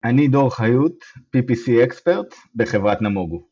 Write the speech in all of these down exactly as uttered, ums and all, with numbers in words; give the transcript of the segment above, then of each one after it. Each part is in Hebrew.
אני דור חיות, פי פי סי אקספרט בחברת נמוגו.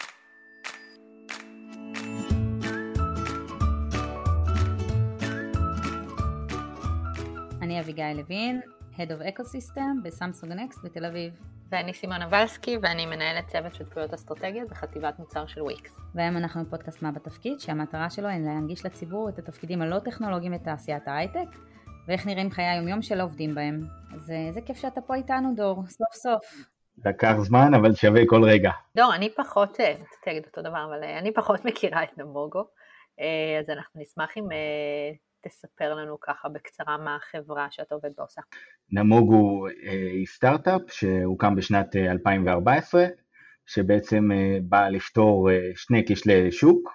אני אביגיל לוין, Head of Ecosystem בסמסונג נקסט בתל אביב. ואני סימון אבלסקי, ואני מנהלת צוות שותפויות אסטרטגיות בחטיבת מוצר של וויקס. והיום אנחנו בפודקאסט מה בתפקיד, שהמטרה שלו היא להנגיש לציבור את התפקידים הלא טכנולוגיים בתעשיית ההייטק, ואיך נראים חיי היום-יום של העובדים בהם. אז זה כיף שאתה פה איתנו, דור, סוף סוף. לקח זמן, אבל שווה כל רגע. דור, אני פחות, תגיד אותו דבר, אבל אני פחות מכירה את נמוגו, אז אנחנו נשמח אם תספר לנו ככה בקצרה מה החברה שאתה עובד בה עושה. נמוגו היא סטארט-אפ שהוקם בשנת אלפיים וארבע עשרה, שבעצם בא לפתור שני כשלי שוק.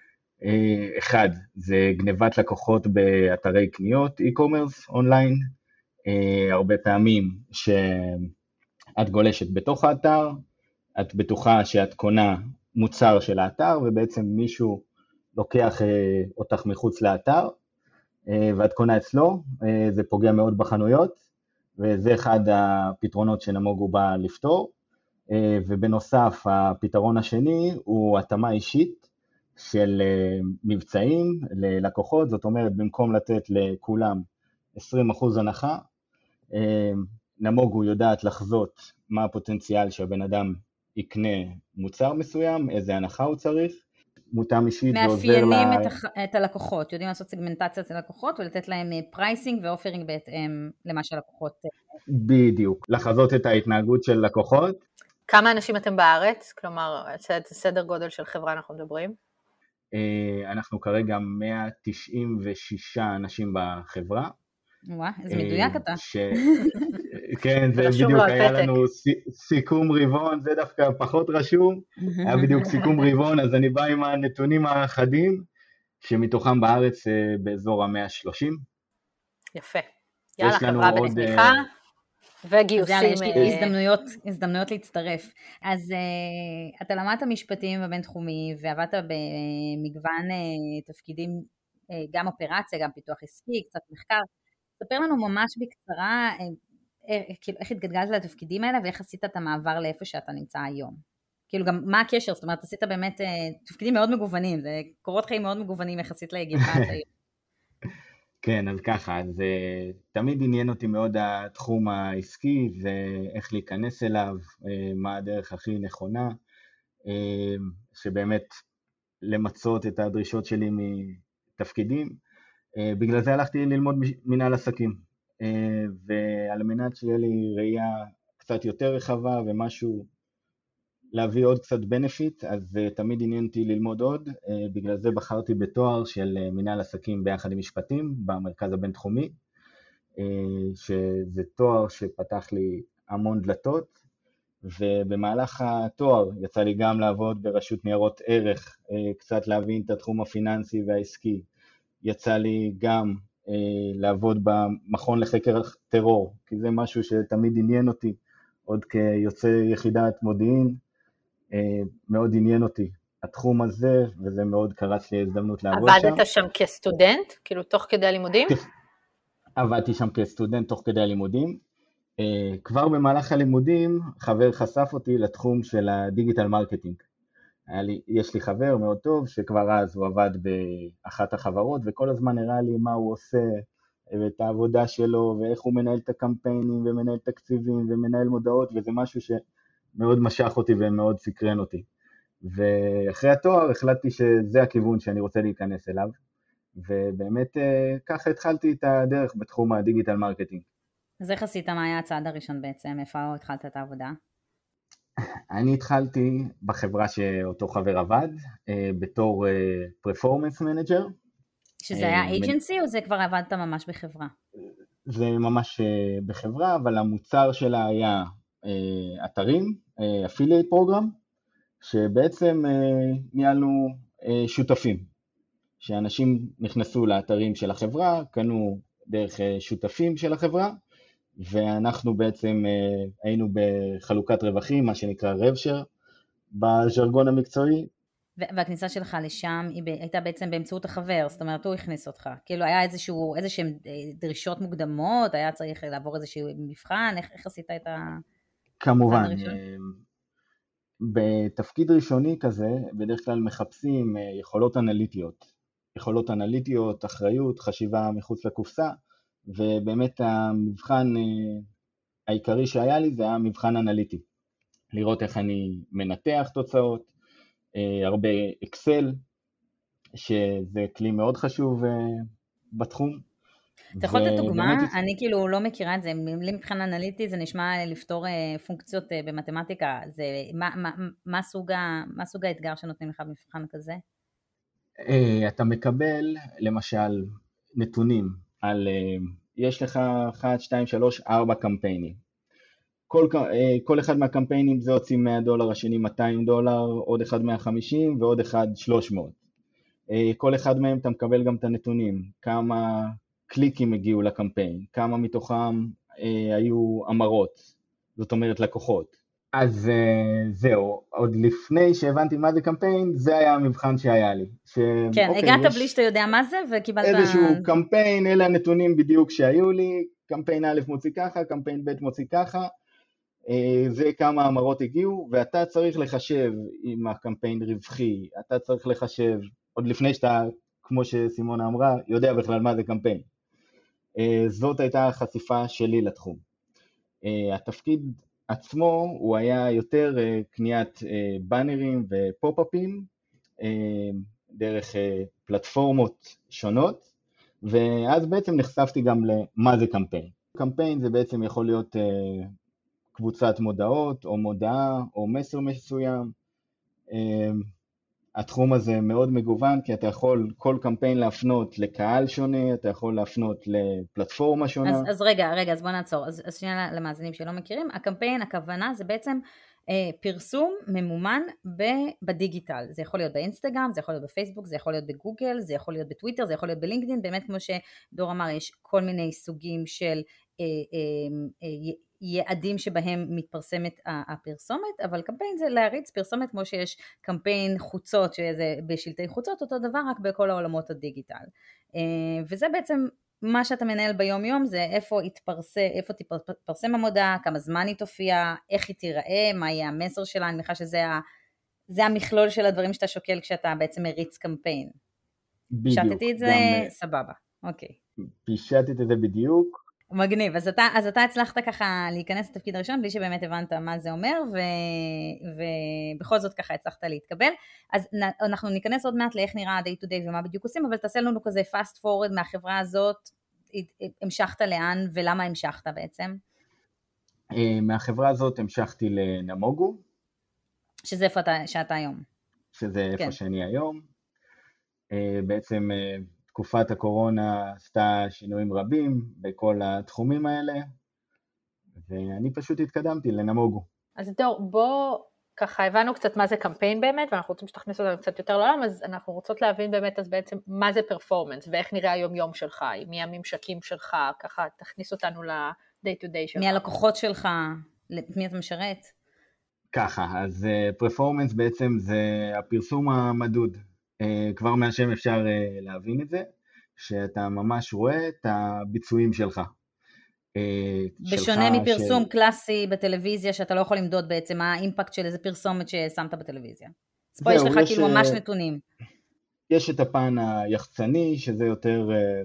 אחד, זה גנבת לקוחות באתרי קניות, e-commerce אונליין. הרבה פעמים שאת גולשת בתוך האתר, את בטוחה שאת קונה מוצר של האתר, ובעצם מישהו לוקח אותך מחוץ לאתר, ואת קונה אצלו, זה פוגע מאוד בחנויות, וזה אחד הפתרונות שנמוגו בא לפתור. ובנוסף, הפתרון השני הוא התאמה אישית של מבצעים ללקוחות, זאת אומרת, במקום לתת לכולם עשרים אחוז הנחה, נמוגו יודעת לחזות מה הפוטנציאל שהבן אדם יקנה מוצר מסוים, איזה הנחה הוא צריך, מותאם אישית ועוזר לה... מאפיינים את, הח... את הלקוחות, יודעים לעשות סגמנטציה של לקוחות, ולתת להם פרייסינג ואופרינג בהתאם למה שהלקוחות... בדיוק, לחזות את ההתנהגות של לקוחות. כמה אנשים אתם בארץ? כלומר, סדר גודל של חברה אנחנו מדברים? אנחנו כרגע מאה תשעים ושישה אנשים בחברה. וואה, איזה מדויק אתה. ש... כן, זה בדיוק היה לנו סיכום רבעון, זה דווקא פחות רשום, היה בדיוק סיכום רבעון, אז אני בא עם הנתונים האחדים, שמתוכם בארץ באזור ה-מאה ושלושים. יפה. יאללה, חברה בצמיחה וגיוסים. יש לי הזדמנויות, הזדמנויות להצטרף. אז uh, אתה למדת משפטים בבינתחומי, ועבדת במגוון uh, תפקידים, uh, גם אופרציה, גם פיתוח עסקי, קצת מחקר. ספר לנו ממש בקצרה, כאילו, איך התגלגלת לתפקידים האלה, ואיך עשית את המעבר לאיפה שאתה נמצא היום. כאילו, גם מה הקשר? זאת אומרת, עשית באמת תפקידים מאוד מגוונים, זה קורות חיים מאוד מגוונים יחסית להגיע הצעיר. כן, אז ככה, אז תמיד עניין אותי מאוד התחום העסקי, ואיך להיכנס אליו, מה הדרך הכי נכונה, שבאמת למצות את הדרישות שלי מתפקידים, בגלל זה הלכתי ללמוד מנהל עסקים, ועל מנת שיהיה לי ראייה קצת יותר רחבה ומשהו להביא עוד קצת בנפיט, אז תמיד עניינתי ללמוד עוד, בגלל זה בחרתי בתואר של מנהל עסקים ביחד עם משפטים במרכז הבינתחומי, שזה תואר שפתח לי המון דלתות, ובמהלך התואר יצא לי גם לעבוד ברשות ניירות ערך, קצת להבין את התחום הפיננסי והעסקי, יצא לי גם אה, לעבוד במכון לחקר טרור, כי זה משהו שתמיד עניין אותי, עוד כיוצא יחידת מודיעין, אה, מאוד עניין אותי התחום הזה, וזה מאוד קרץ לי הזדמנות לעבוד שם. עבדת שם כסטודנט, כאילו תוך כדי הלימודים? עבדתי שם כסטודנט תוך כדי הלימודים, אה, כבר במהלך הלימודים חבר חשף אותי לתחום של הדיגיטל מרקטינג, לי, יש לי חבר מאוד טוב שכבר אז הוא עבד באחת החברות, וכל הזמן הראה לי מה הוא עושה, ואת העבודה שלו, ואיך הוא מנהל את הקמפיינים, ומנהל תקציבים, ומנהל מודעות, וזה משהו שמאוד משך אותי ומאוד סקרן אותי. ואחרי התואר החלטתי שזה הכיוון שאני רוצה להיכנס אליו, ובאמת ככה התחלתי את הדרך בתחום הדיגיטל מרקטינג. אז איך עשית, מה היה הצעד הראשון בעצם? איפה התחלת את העבודה? אני התחלתי בחברה שאותו חבר עבד, בתור פרפורמנס מנג'ר. שזה היה אייג'נסי או זה כבר עבדת ממש בחברה? זה ממש בחברה, אבל המוצר שלה היה אתרים, אפילייט פרוגרם, שבעצם ניהלנו שותפים, שאנשים נכנסו לאתרים של החברה, קנו דרך שותפים של החברה, ואנחנו בעצם היינו בחלוקת רווחים, מה שנקרא רב-שר, בז'רגון המקצועי. והכניסה שלך לשם היא הייתה בעצם באמצעות החבר, זאת אומרת, הוא הכניס אותך. כאילו היה איזשהו, איזשהם דרישות מוקדמות, היה צריך לעבור איזשהו מבחן, איך, איך עשית את ה... כמובן, צעד ראשון? אה, בתפקיד ראשוני כזה, בדרך כלל מחפשים אה, יכולות אנליטיות. יכולות אנליטיות, אחריות, חשיבה מחוץ לקופסה, ובאמת המבחן אה, העיקרי שהיה לי זה היה מבחן אנליטי. לראות איך אני מנתח תוצאות, אה, הרבה אקסל, שזה כלי מאוד חשוב אה, בתחום. אתה יכול לתת דוגמה? ובאמת, אני כאילו לא מכירה את זה, לי מבחן אנליטי זה נשמע לפתור אה, פונקציות אה, במתמטיקה, זה, מה, מה, מה, סוג ה, מה סוג האתגר שנותנים לך במבחן כזה? אה, אתה מקבל למשל נתונים על, אה, יש לך אחת, שתיים, שלוש, ארבע קמפיינים. כל, אה, כל אחד מהקמפיינים זה הוציא מאה דולר, השני מאתיים דולר, עוד אחד מאה וחמישים ועוד אחד שלוש מאות. אה, כל אחד מהם אתה מקבל גם את הנתונים, כמה קליקים הגיעו לקמפיין, כמה מתוכם אה, היו אמרות, זאת אומרת לקוחות. אז אה, זהו, עוד לפני שהבנתי מה זה קמפיין, זה היה המבחן שהיה לי. ש... כן, אוקיי, הגעת יש בלי שאתה יודע מה זה וקיבלת... איזשהו קמפיין, אלה הנתונים בדיוק שהיו לי, קמפיין א' מוציא ככה, קמפיין ב' מוציא ככה, אה, זה כמה אמרות הגיעו, ואתה צריך לחשב אם הקמפיין רווחי, אתה צריך לחשב, עוד לפני שאתה, כמו שסימונה אמרה, יודע בכלל מה זה קמפיין. אה, זאת הייתה החשיפה שלי לתחום. אה, התפקיד עצמו הוא היה יותר אה, קניית אה, בנרים ופופ-אפים, אה, דרך אה, פלטפורמות שונות, ואז בעצם נחשפתי גם למה זה קמפיין. קמפיין זה בעצם יכול להיות אה, קבוצת מודעות, או מודעה, או מסר מסוים. אה, התחום הזה מאוד מגוון, כי אתה יכול כל קמפיין להפנות לקהל שונה, אתה יכול להפנות לפלטפורמה שונה. אז, אז רגע, רגע, אז בוא נעצור. אז, אז שנייה למאזינים שלא מכירים, הקמפיין, הכוונה זה בעצם אה, פרסום ממומן ב, בדיגיטל. זה יכול להיות באינסטגרם, זה יכול להיות בפייסבוק, זה יכול להיות בגוגל, זה יכול להיות בטוויטר, זה יכול להיות בלינקדין, באמת כמו שדור אמר, יש כל מיני סוגים של אה, אה, אה, יעדים שבהם מתפרסמת הפרסומת, אבל קמפיין זה להריץ פרסומת כמו שיש קמפיין חוצות, שזה בשלטי חוצות, אותו דבר רק בכל העולמות הדיגיטל. וזה בעצם מה שאתה מנהל ביום יום, זה איפה יתפרסם, איפה תתפרסם המודעה, כמה זמן היא תופיע, איך היא תיראה, מה יהיה המסר שלה, אני מניחה שזה זה המכלול של הדברים שאתה שוקל כשאתה בעצם מריץ קמפיין. בדיוק. פישטתי את זה, גם, סבבה, אוקיי. פישטתי את זה בדיוק. מגניב, אז אתה, אז אתה הצלחת ככה להיכנס לתפקיד הראשון, בלי שבאמת הבנת מה זה אומר, ו, ובכל זאת ככה הצלחת להתקבל. אז אנחנו ניכנס עוד מעט לאיך נראה ה-day to day ומה בדיוק עושים, אבל תעשה לנו כזה fast forward מהחברה הזאת, המשכת לאן ולמה המשכת בעצם? מהחברה הזאת המשכתי לנמוגו. שזה איפה אתה, שאתה היום. שזה איפה כן. שאני היום. בעצם תקופת הקורונה עשתה שינויים רבים בכל התחומים האלה, ואני פשוט התקדמתי לנמוגו. אז דור, בוא, ככה הבנו קצת מה זה קמפיין באמת, ואנחנו רוצים שתכניס אותנו קצת יותר לעולם, אז אנחנו רוצות להבין באמת אז בעצם מה זה פרפורמנס, ואיך נראה היום יום שלך, מי הממשקים שלך, ככה תכניס אותנו ל-day to day שלך. מי הלקוחות שלך, מי אתה משרת? ככה, אז פרפורמנס בעצם זה הפרסום המדוד. כבר מהשם אפשר להבין את זה, שאתה ממש רואה את הביצועים שלך. בשונה מפרסום של... קלאסי בטלוויזיה, שאתה לא יכול למדוד בעצם מה האימפקט של איזה פרסומת ששמת בטלוויזיה. אז פה יש לך יש, כאילו ממש נתונים. יש את הפן היחצני, שזה יותר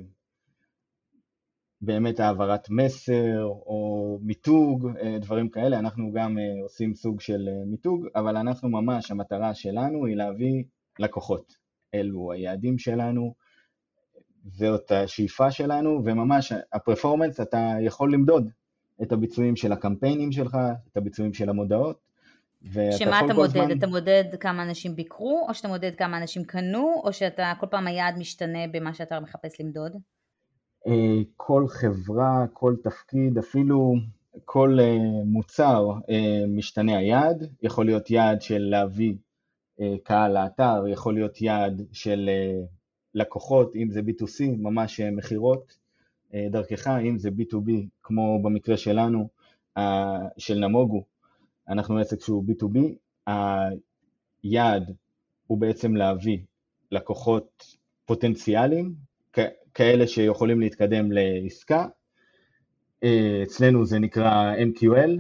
באמת העברת מסר, או מיתוג, דברים כאלה. אנחנו גם עושים סוג של מיתוג, אבל אנחנו ממש, המטרה שלנו היא להביא לקוחות. אלו היעדים שלנו, זאת השאיפה שלנו, וממש הפרפורמנס אתה יכול למדוד את הביצועים של הקמפיינים שלך, את הביצועים של המודעות. שמה אתה מודד? זמן... אתה מודד כמה אנשים ביקרו, או שאתה מודד כמה אנשים קנו, או שאתה כל פעם היעד משתנה במה שאתה מחפש למדוד? כל חברה, כל תפקיד, אפילו כל מוצר משתנה היעד, יכול להיות יעד של להביא קהל לאתר, יכול להיות יעד של לקוחות, אם זה בי טו סי, ממש מחירות דרכך, אם זה בי טו בי, כמו במקרה שלנו, של נמוגו, אנחנו עסק שהוא בי טו בי, היעד הוא בעצם להביא לקוחות פוטנציאליים, כאלה שיכולים להתקדם לעסקה, אצלנו זה נקרא אם קיו אל,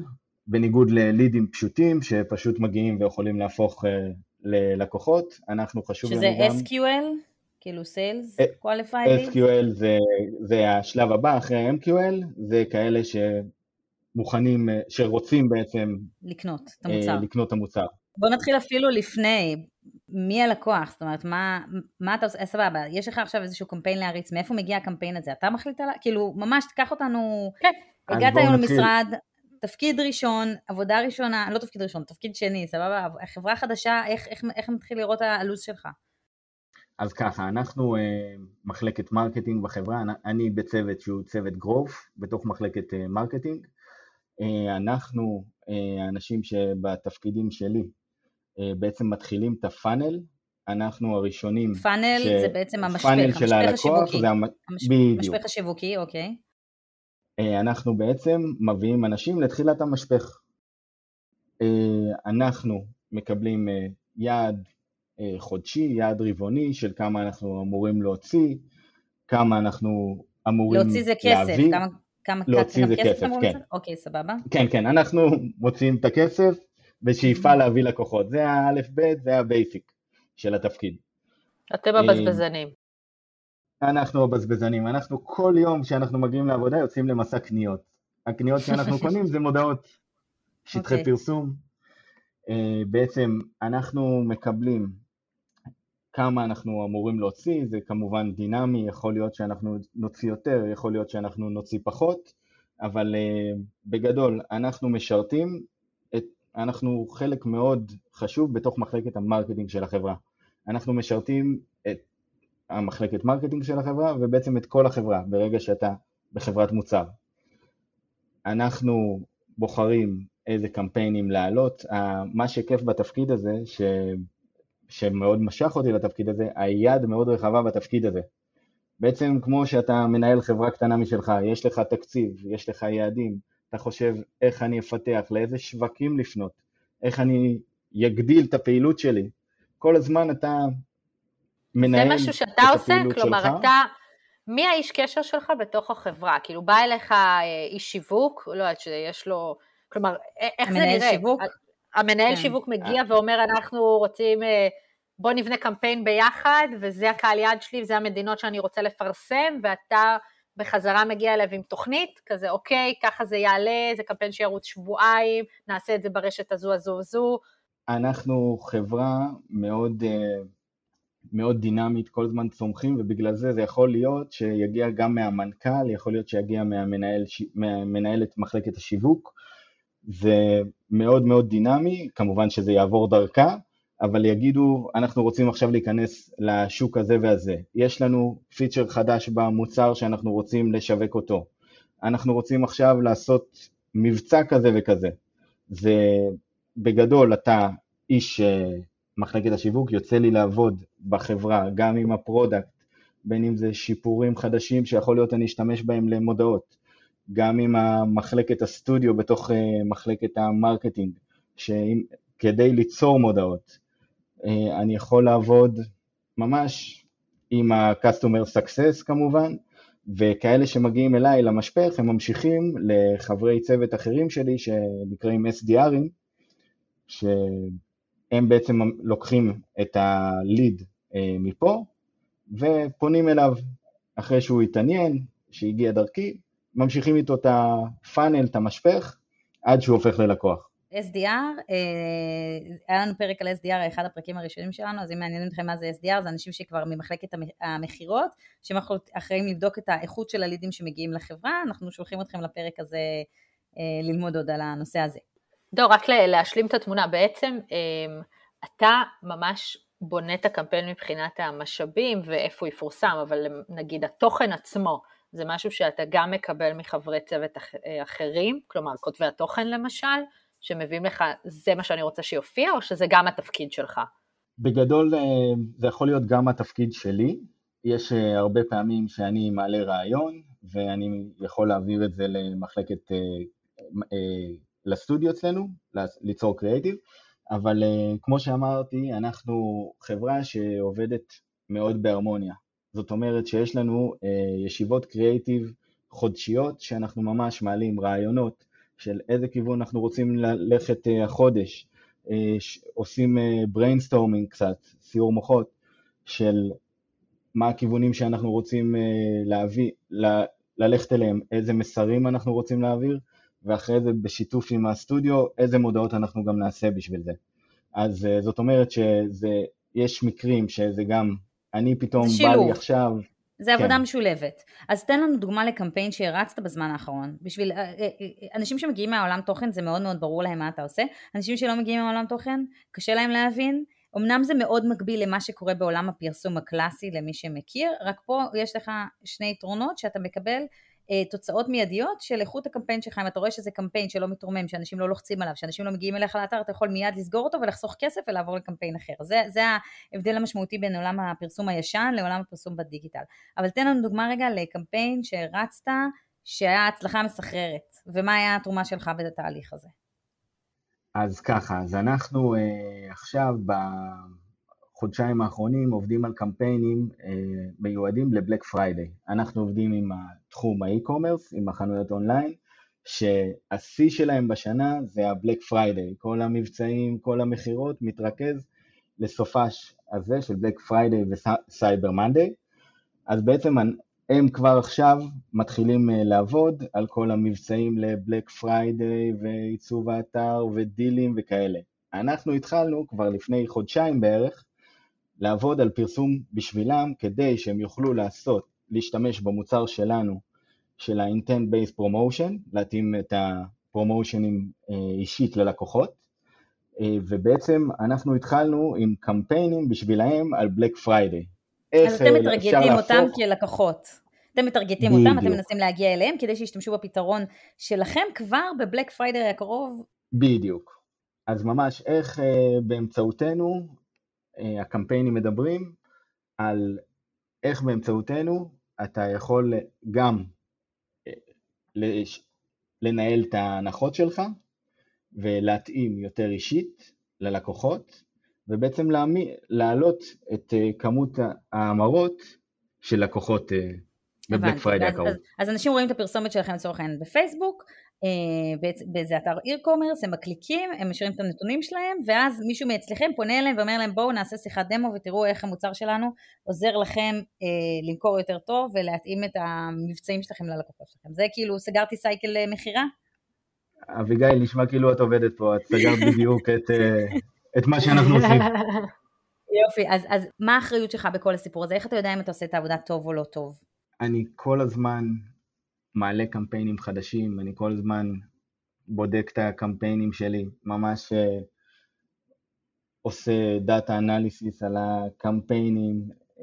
בניגוד ללידים פשוטים שפשוט מגיעים ויכולים להפוך ללקוחות, אנחנו חשוב לנו גם... שזה אס קיו אל? כאילו Sales Qualified Leads? אס קיו אל זה, זה השלב הבא אחרי ה-אם קיו אל, זה כאלה שמוכנים, שרוצים בעצם... לקנות את המוצר. לקנות את המוצר. בוא נתחיל אפילו לפני, מי הלקוח? זאת אומרת, מה, מה אתה עושה? סבבה, יש לך עכשיו איזשהו קמפיין להריץ, מאיפה מגיע הקמפיין הזה? אתה מחליט עליו? כאילו, ממש תיקח אותנו... כן. הגעת היום למשרד... תפקיד ראשון, עבודה ראשונה, לא תפקיד ראשון, תפקיד שני, סבבה, חברה חדשה, איך, איך, איך מתחיל לראות הלו"ז שלך? אז ככה, אנחנו uh, מחלקת מרקטינג בחברה, אני בצוות שהוא צוות גרוף, בתוך מחלקת uh, מרקטינג, uh, אנחנו uh, האנשים שבתפקידים שלי uh, בעצם מתחילים את הפאנל, אנחנו הראשונים... פאנל ש... זה בעצם המשפך, המשפך השיווקי, זה המ... המשפך השיווקי, אוקיי. אנחנו בעצם מביאים אנשים לתחילת המשפך. אנחנו מקבלים יעד חודשי, יעד רבעוני של כמה אנחנו אמורים להוציא, כמה אנחנו אמורים להביא. להוציא זה כסף, כמה, כמה, להוציא כמה זה כסף, כסף, כן. אוקיי, סבבה. כן, כן, אנחנו מוציאים את הכסף בשאיפה להביא לקוחות. זה האלף בית, זה הבייסיק של התפקיד. אתם הבזבזנים. אנחנו הבזבזנים, אנחנו כל יום שאנחנו מגיעים לעבודה יוצאים למסע קניות. הקניות שאנחנו קונים זה מודעות, שטחי okay. פרסום. בעצם אנחנו מקבלים כמה אנחנו אמורים להוציא, זה כמובן דינמי, יכול להיות שאנחנו נוציא יותר, יכול להיות שאנחנו נוציא פחות, אבל בגדול אנחנו משרתים, את, אנחנו חלק מאוד חשוב בתוך מחלקת המרקטינג של החברה. אנחנו משרתים את המחלקת מרקטינג של החברה, ובעצם את כל החברה, ברגע שאתה בחברת מוצר. אנחנו בוחרים איזה קמפיינים לעלות, מה שכיף בתפקיד הזה, ש... שמאוד משך אותי לתפקיד הזה, היד מאוד רחבה בתפקיד הזה. בעצם כמו שאתה מנהל חברה קטנה משלך, יש לך תקציב, יש לך יעדים, אתה חושב איך אני אפתח, לאיזה שווקים לפנות, איך אני יגדיל את הפעילות שלי, כל הזמן אתה... זה משהו שאתה עושה, כלומר שלך. אתה, מי האיש קשר שלך בתוך החברה? כאילו בא אליך איש שיווק, לא יודעת שיש לו, כלומר איך זה נראה? שיווק? המנהל כן. שיווק מגיע ואומר אנחנו רוצים, בוא נבנה קמפיין ביחד, וזה הקהל יעד שלי, וזה המדינות שאני רוצה לפרסם, ואתה בחזרה מגיע אליו עם תוכנית, כזה אוקיי, ככה זה יעלה, זה קמפיין שירוץ שבועיים, נעשה את זה ברשת הזו הזו הזו. אנחנו חברה מאוד... מאוד דינמית, כל זמן צומחים, ובגלל זה זה יכול להיות שיגיע גם מהמנכ"ל, יכול להיות שיגיע מהמנהל, מהמנהלת מחלקת השיווק, זה מאוד מאוד דינמי, כמובן שזה יעבור דרכה, אבל יגידו, אנחנו רוצים עכשיו להיכנס לשוק הזה והזה, יש לנו פיצ'ר חדש במוצר שאנחנו רוצים לשווק אותו, אנחנו רוצים עכשיו לעשות מבצע כזה וכזה, זה בגדול אתה איש... מחלקת השיווק, יוצא לי לעבוד בחברה, גם עם הפרודקט, בין אם זה שיפורים חדשים שיכול להיות אני אשתמש בהם למודעות, גם עם מחלקת הסטודיו בתוך מחלקת המרקטינג, שכדי ליצור מודעות, אני יכול לעבוד ממש עם ה-Customer Success כמובן, וכאלה שמגיעים אליי למשפך, הם ממשיכים לחברי צוות אחרים שלי, שנקראים אס די ארים, ש... הם בעצם לוקחים את הליד אה, מפה, ופונים אליו אחרי שהוא התעניין, שהגיע דרכי, ממשיכים איתו את הפאנל, את המשפך, עד שהוא הופך ללקוח. אס די אר, אה, היה לנו פרק על אס די אר, אחד הפרקים הראשונים שלנו, אז אם מעניינים אתכם מה זה אס די אר, זה אנשים שכבר ממחלקת המחירות, שהם אחראים לבדוק את האיכות של הלידים שמגיעים לחברה, אנחנו שולחים אתכם לפרק הזה אה, ללמוד עוד על הנושא הזה. דור, רק להשלים את התמונה, בעצם אתה ממש בונה את הקמפיין מבחינת המשאבים ואיפה הוא יפורסם, אבל נגיד התוכן עצמו, זה משהו שאתה גם מקבל מחברי צוות אחרים, כלומר כותבי התוכן למשל, שמביאים לך זה מה שאני רוצה שיופיע, או שזה גם התפקיד שלך? בגדול זה יכול להיות גם התפקיד שלי, יש הרבה פעמים שאני מעלה רעיון, ואני יכול להעביר את זה למחלקת... לסטודיו אצלנו, ליצור קריאיטיב, אבל uh, כמו שאמרתי, אנחנו חברה שעובדת מאוד בהרמוניה. זאת אומרת שיש לנו uh, ישיבות קריאיטיב חודשיות, שאנחנו ממש מעלים רעיונות, של איזה כיוון אנחנו רוצים ללכת החודש, עושים brainstorming קצת, סיור מוחות, של מה הכיוונים שאנחנו רוצים להביא, ללכת אליהם, איזה מסרים אנחנו רוצים להעביר, ואחרי זה בשיתוף עם הסטודיו, איזה מודעות אנחנו גם נעשה בשביל זה. אז זאת אומרת שיש מקרים שזה גם, אני פתאום בא לי עכשיו, זה עבודה משולבת. אז תן לנו דוגמה לקמפיין שהרצת בזמן האחרון. בשביל אנשים שמגיעים מהעולם תוכן, זה מאוד מאוד ברור להם מה אתה עושה. אנשים שלא מגיעים מהעולם תוכן, קשה להם להבין. אמנם זה מאוד מקביל למה שקורה בעולם הפרסום הקלאסי, למי שמכיר, רק פה יש לך שני יתרונות, שאתה מקבל תוצאות מיידיות של איכות הקמפיין שלך. אם אתה רואה שזה קמפיין שלא מתרומם, שאנשים לא לוחצים עליו, שאנשים לא מגיעים אליך לאתר, אתה יכול מיד לסגור אותו ולחסוך כסף ולעבור לקמפיין אחר. זה, זה ההבדל המשמעותי בין עולם הפרסום הישן לעולם הפרסום בדיגיטל. אבל תן לנו דוגמה רגע לקמפיין שרצת, שהיה הצלחה מסחררת, ומה היה התרומה שלך בתהליך הזה? אז ככה, אז אנחנו אה, עכשיו בחודשיים האחרונים עובדים על קמפיינים אה, מיועדים לבלק פריידיי. אנחנו עובדים עם התחום האי-קומרס, עם החנויות אונליין, שהשיא שלהם בשנה זה הבלק פריידיי. כל המבצעים, כל המחירות מתרכז לסופש הזה של בלק פריידיי וסייבר מנדיי. אז בעצם הם כבר עכשיו מתחילים לעבוד על כל המבצעים לבלק פריידיי ועיצוב האתר ודילים וכאלה. אנחנו התחלנו כבר לפני חודשיים בערך לעבוד על פרסום בשבילם, כדי שהם יוכלו לעשות, להשתמש במוצר שלנו, של ה-intent based promotion, להתאים את הפרומושנים אישית ללקוחות, ובעצם אנחנו התחלנו עם קמפיינים בשבילהם על בלק פריידיי. אז אתם מתרגטים אותם כלקוחות, אתם מתרגטים אותם, אתם מנסים להגיע אליהם, כדי שישתמשו בפתרון שלכם כבר בבלק פריידיי הקרוב? בדיוק. אז ממש איך באמצעותנו, הקמפיינים מדברים על איך באמצעותנו אתה יכול גם לנהל את ההנחות שלך, ולהתאים יותר אישית ללקוחות, ובעצם להעלות את כמות האמרות של לקוחות בבלק פריידיי הקרוב. אז, אז אנשים רואים את הפרסומת שלכם לצורך העניין בפייסבוק, באיזה אתר איר-קומרס, הם מקליקים, הם משאירים את הנתונים שלהם, ואז מישהו מאצלכם פונה אליהם ואומר להם בואו נעשה שיחת דמו ותראו איך המוצר שלנו עוזר לכם למכור יותר טוב ולהתאים את המבצעים שלכם ללקוחות שלכם. זה כאילו סגרתי סייקל מחירה? אביגיל, נשמע כאילו את עובדת פה, את סגרת בדיוק את, את מה שאנחנו עושים. יופי, אז, אז מה האחריות שלך בכל הסיפור הזה? איך אתה יודע אם אתה עושה את העבודה טוב או לא טוב? אני כל הזמן מעלה קמפיינים חדשים, אני כל הזמן בודק את הקמפיינים שלי, ממש עושה דאטה אנליסיס על הקמפיינים,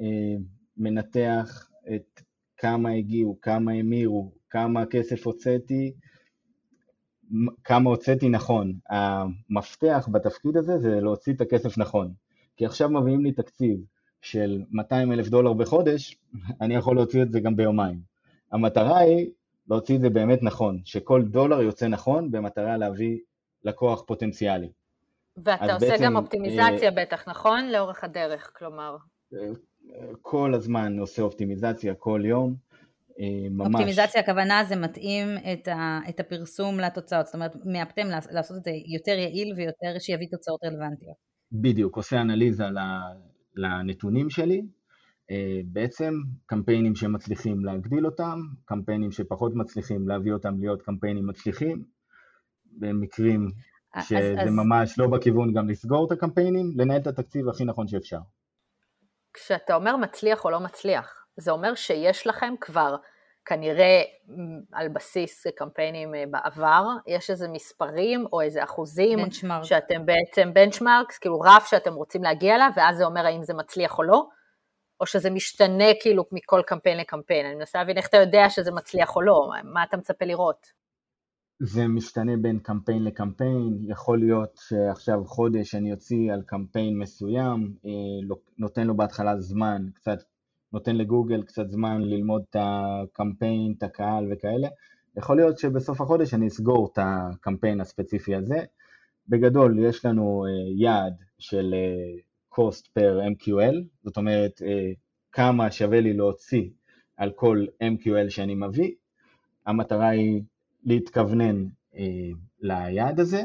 מנתח את כמה הגיעו, כמה המירו, כמה כסף הוצאתי, כמה הוצאתי נכון. המפתח בתפקיד הזה זה להוציא את הכסף נכון, כי עכשיו מביאים לי תקציב של מאתיים אלף דולר בחודש, אני יכול להוציא את זה גם ביומיים. המטרה היא להוציא את זה באמת נכון, שכל דולר יוצא נכון במטרה להביא לקוח פוטנציאלי. ואתה עושה בעצם, גם אופטימיזציה אה, בטח, נכון? לאורך הדרך, כלומר. כל הזמן עושה אופטימיזציה, כל יום. ממש. אופטימיזציה, הכוונה זה מתאים את, ה, את הפרסום לתוצאות, זאת אומרת, מאפתם לעשות את זה יותר יעיל ויותר שיביא תוצאות רלוונטיות. בדיוק, עושה אנליזה לנתונים שלי, בעצם קמפיינים שמצליחים להגדיל אותם, קמפיינים שפחות מצליחים להביא אותם להיות קמפיינים מצליחים, במקרים שזה אז, ממש אז... לא בכיוון גם לסגור את הקמפיינים, לנהל את התקציב הכי נכון שאפשר. כשאתה אומר מצליח או לא מצליח, זה אומר שיש לכם כבר כנראה על בסיס קמפיינים בעבר, יש איזה מספרים או איזה אחוזים, בנצ'מרק. שאתם בעצם בנצ'מרקס, כאילו רף שאתם רוצים להגיע לה, ואז זה אומר האם זה מצליח או לא, או שזה משתנה כאילו מכל קמפיין לקמפיין. אני מנסה להבין איך אתה יודע שזה מצליח או לא, מה אתה מצפה לראות? זה משתנה בין קמפיין לקמפיין, יכול להיות שעכשיו חודש אני יוציא על קמפיין מסוים, נותן לו בהתחלה זמן, קצת נותן לגוגל קצת זמן ללמוד את הקמפיין, את הקהל וכאלה, יכול להיות שבסוף החודש אני אסגור את הקמפיין הספציפי הזה. בגדול יש לנו יעד של cost per אם קיו אל, זאת אומרת כמה שווה לי להוציא על כל אם קיו אל שאני מביא, המטרה היא להתכוונן ליעד הזה,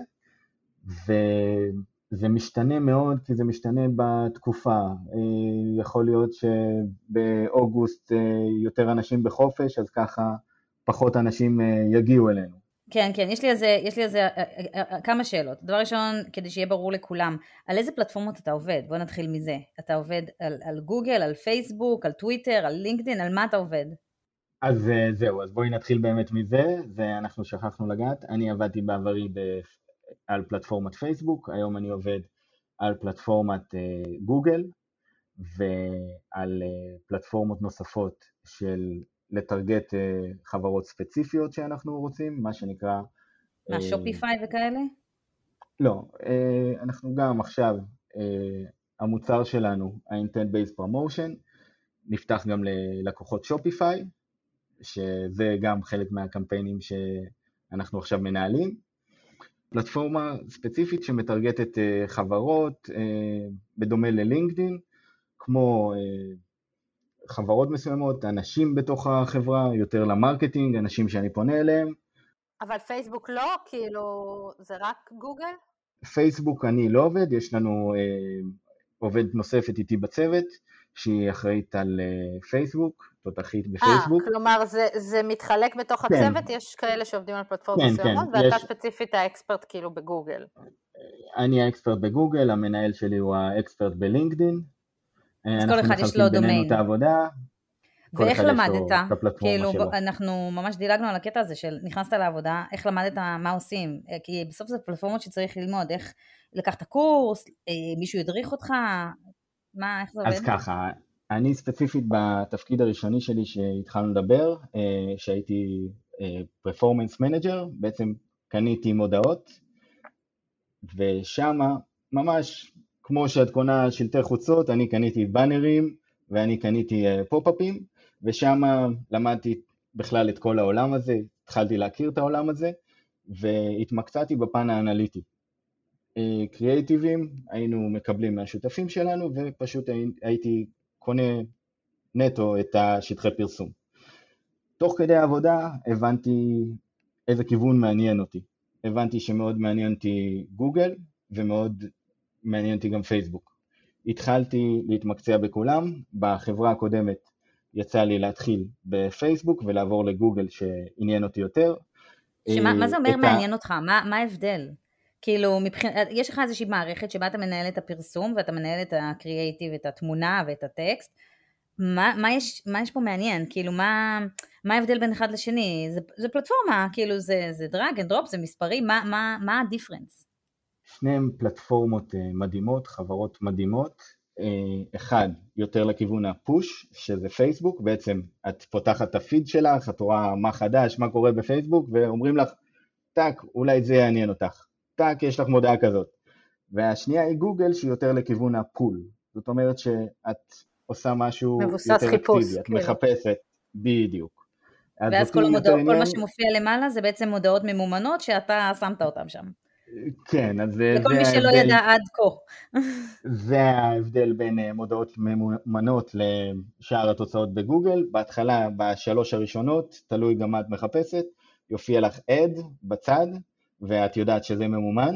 וזה משתנה מאוד, כי זה משתנה בתקופה. יכול להיות שבאוגוסט יותר אנשים בחופש, אז ככה פחות אנשים יגיעו אלינו. כן, כן, יש לי איזה, יש לי איזה כמה שאלות. דבר ראשון, כדי שיהיה ברור לכולם, על איזה פלטפורמות אתה עובד? בוא נתחיל מזה. אתה עובד על, על גוגל, על פייסבוק, על טוויטר, על לינקדין, על מה אתה עובד? אז זהו, אז בואי נתחיל באמת מזה, ואנחנו שכחנו לגעת. אני עבדתי בעברי ב... על פלטפורמת פייסבוק, היום אני עובד על פלטפורמת גוגל, ועל פלטפורמות נוספות של לטרגט חברות ספציפיות שאנחנו רוצים, מה שנקרא... מה, שופיפיי וכאלה? לא, אנחנו גם עכשיו, המוצר שלנו, ה-Intent Based Promotion, נפתח גם ללקוחות שופיפיי, שזה גם חלק מהקמפיינים שאנחנו עכשיו מנהלים. פלטפורמה ספציפית שמטרגטת חברות, בדומה ללינקדין, כמו חברות מסוימות, אנשים בתוך החברה, יותר למרקטינג, אנשים שאני פונה אליהם. אבל פייסבוק לא? כאילו, זה רק גוגל? פייסבוק אני לא עובד, יש לנו עובד נוספת איתי בצוות, שהיא אחראית על פייסבוק, תותחית בפייסבוק. אה, כלומר זה, זה מתחלק בתוך כן. הצוות, יש כאלה שעובדים על פלטפורמות כן, מסוימות, כן, ואתה יש... ספציפית האקספרט כאילו בגוגל. אני האקספרט בגוגל, המנהל שלי הוא האקספרט בלינקדין. אז כל אחד יש לו דומיין. את העבודה. ואיך למדת? כאילו שלו. אנחנו ממש דילגנו על הקטע הזה של נכנסת לעבודה, איך למדת מה עושים? כי בסוף זה פלטפורמות שצריך ללמוד, איך לקחת קורס, מישהו ידריך אותך, מה, איך זה עובד? אז ככה, אני ספציפית בתפקיד הראשוני שלי שהתחלנו לדבר, שהייתי פרפורמנס מנג'ר, בעצם קניתי מודעות, ושמה ממש כמו שאת קונה שלטי חוצות, אני קניתי בנרים ואני קניתי פופ-אפים, ושם למדתי בכלל את כל העולם הזה, התחלתי להכיר את העולם הזה, והתמקצעתי בפן האנליטי. קריאייטיבים היינו מקבלים מהשותפים שלנו, ופשוט הייתי קונה נטו את השטחי פרסום. תוך כדי העבודה הבנתי איזה כיוון מעניין אותי. הבנתי שמאוד מעניין אותי גוגל, ומאוד מעניין אותי גם פייסבוק. התחלתי להתמקצע בכולם, בחברה הקודמת יצא לי להתחיל בפייסבוק, ולעבור לגוגל שעניין אותי יותר. שמה, מה זה אומר מעניין אותך? מה, מה ההבדל? כאילו, מבחין, יש לך איזושהי מערכת שבה אתה מנהל את הפרסום, ואתה מנהל את הקריאייטיב, את התמונה ואת הטקסט. מה, מה יש, מה יש פה מעניין? כאילו, מה, מה ההבדל בין אחד לשני? זה, זה פלטפורמה, כאילו, זה, זה דרג אנד דרופ, זה מספרים, מה, מה, מה הדיפרנס? שניהם פלטפורמות מדהימות, חברות מדהימות. אחד, יותר לכיוון הפוש, שזה פייסבוק, בעצם את פותחת את הפיד שלך, את רואה מה חדש, מה קורה בפייסבוק, ואומרים לך, טק, אולי זה יעניין אותך. טק, יש לך מודעה כזאת. והשנייה היא גוגל, שהיא יותר לכיוון הפול. זאת אומרת שאת עושה משהו יותר אקטיבי, את מחפשת, בדיוק. ואז כל המודעות, כל מה שמופיע למעלה, זה בעצם מודעות ממומנות, שאתה שמת אותם שם. כן, אז לכל מי שלא ידע עד כה. זה ההבדל בין מודעות ממומנות לשאר התוצאות בגוגל. בהתחלה, בשלוש הראשונות, תלוי גם מה את מחפשת, יופיע לך אד בצד, ואת יודעת שזה ממומן,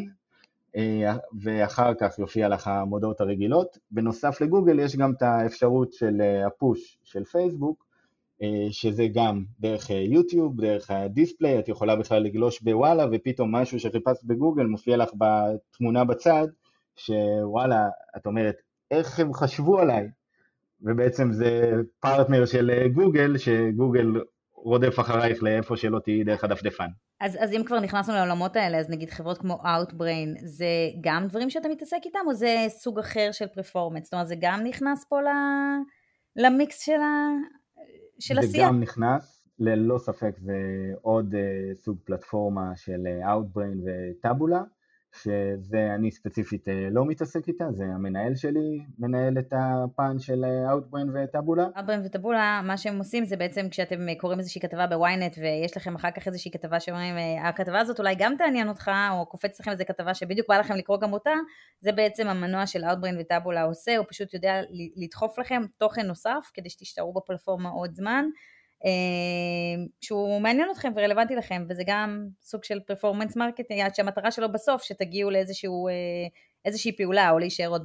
ואחר כך יופיע לך המודעות הרגילות. בנוסף לגוגל יש גם את האפשרות של הפוש של פייסבוק, שזה גם דרך יוטיוב, דרך הדיספליי, את יכולה בכלל לגלוש בוואלה, ופתאום משהו שחיפשת בגוגל מופיע לך בתמונה בצד, שוואלה, את אומרת, איך הם חשבו עליי? ובעצם זה פרטנר של גוגל, שגוגל רודף אחרייך לאיפה שלא תהיי דרך הדפדפן. אז, אז אם כבר נכנסנו לעולמות האלה, אז נגיד חברות כמו Outbrain, זה גם דברים שאתה מתעסק איתם, או זה סוג אחר של פרפורמנס? זאת אומרת, זה גם נכנס פה למיקס של ה... של זה עשייה. גם נכנס, ללא ספק זה עוד uh, סוג פלטפורמה של uh, Outbrain וטאבולה, שזה אני ספציפית uh, לא מתעסק איתה, זה המנהל שלי מנהל את הפן של uh, Outbrain וטאבולה. Outbrain וטאבולה, מה שהם עושים זה בעצם כשאתם קוראים איזושהי כתבה בוויינט, ויש לכם אחר כך איזושהי כתבה שאומרים, הכתבה הזאת אולי גם תעניין אותך, או קופץ לכם איזו כתבה שבדיוק בא לכם לקרוא גם אותה, זה בעצם המנוע של Outbrain וטאבולה עושה, הוא פשוט יודע לדחוף לכם תוכן נוסף, כדי שתשתרו בפלטפורמה עוד זמן, שהוא מעניין אתכם ורלוונטי לכם, וזה גם סוג של פרפורמנס מרקטינג, שהמטרה שלו בסוף שתגיעו לאיזשהו, איזושהי פעולה, או להישאר עוד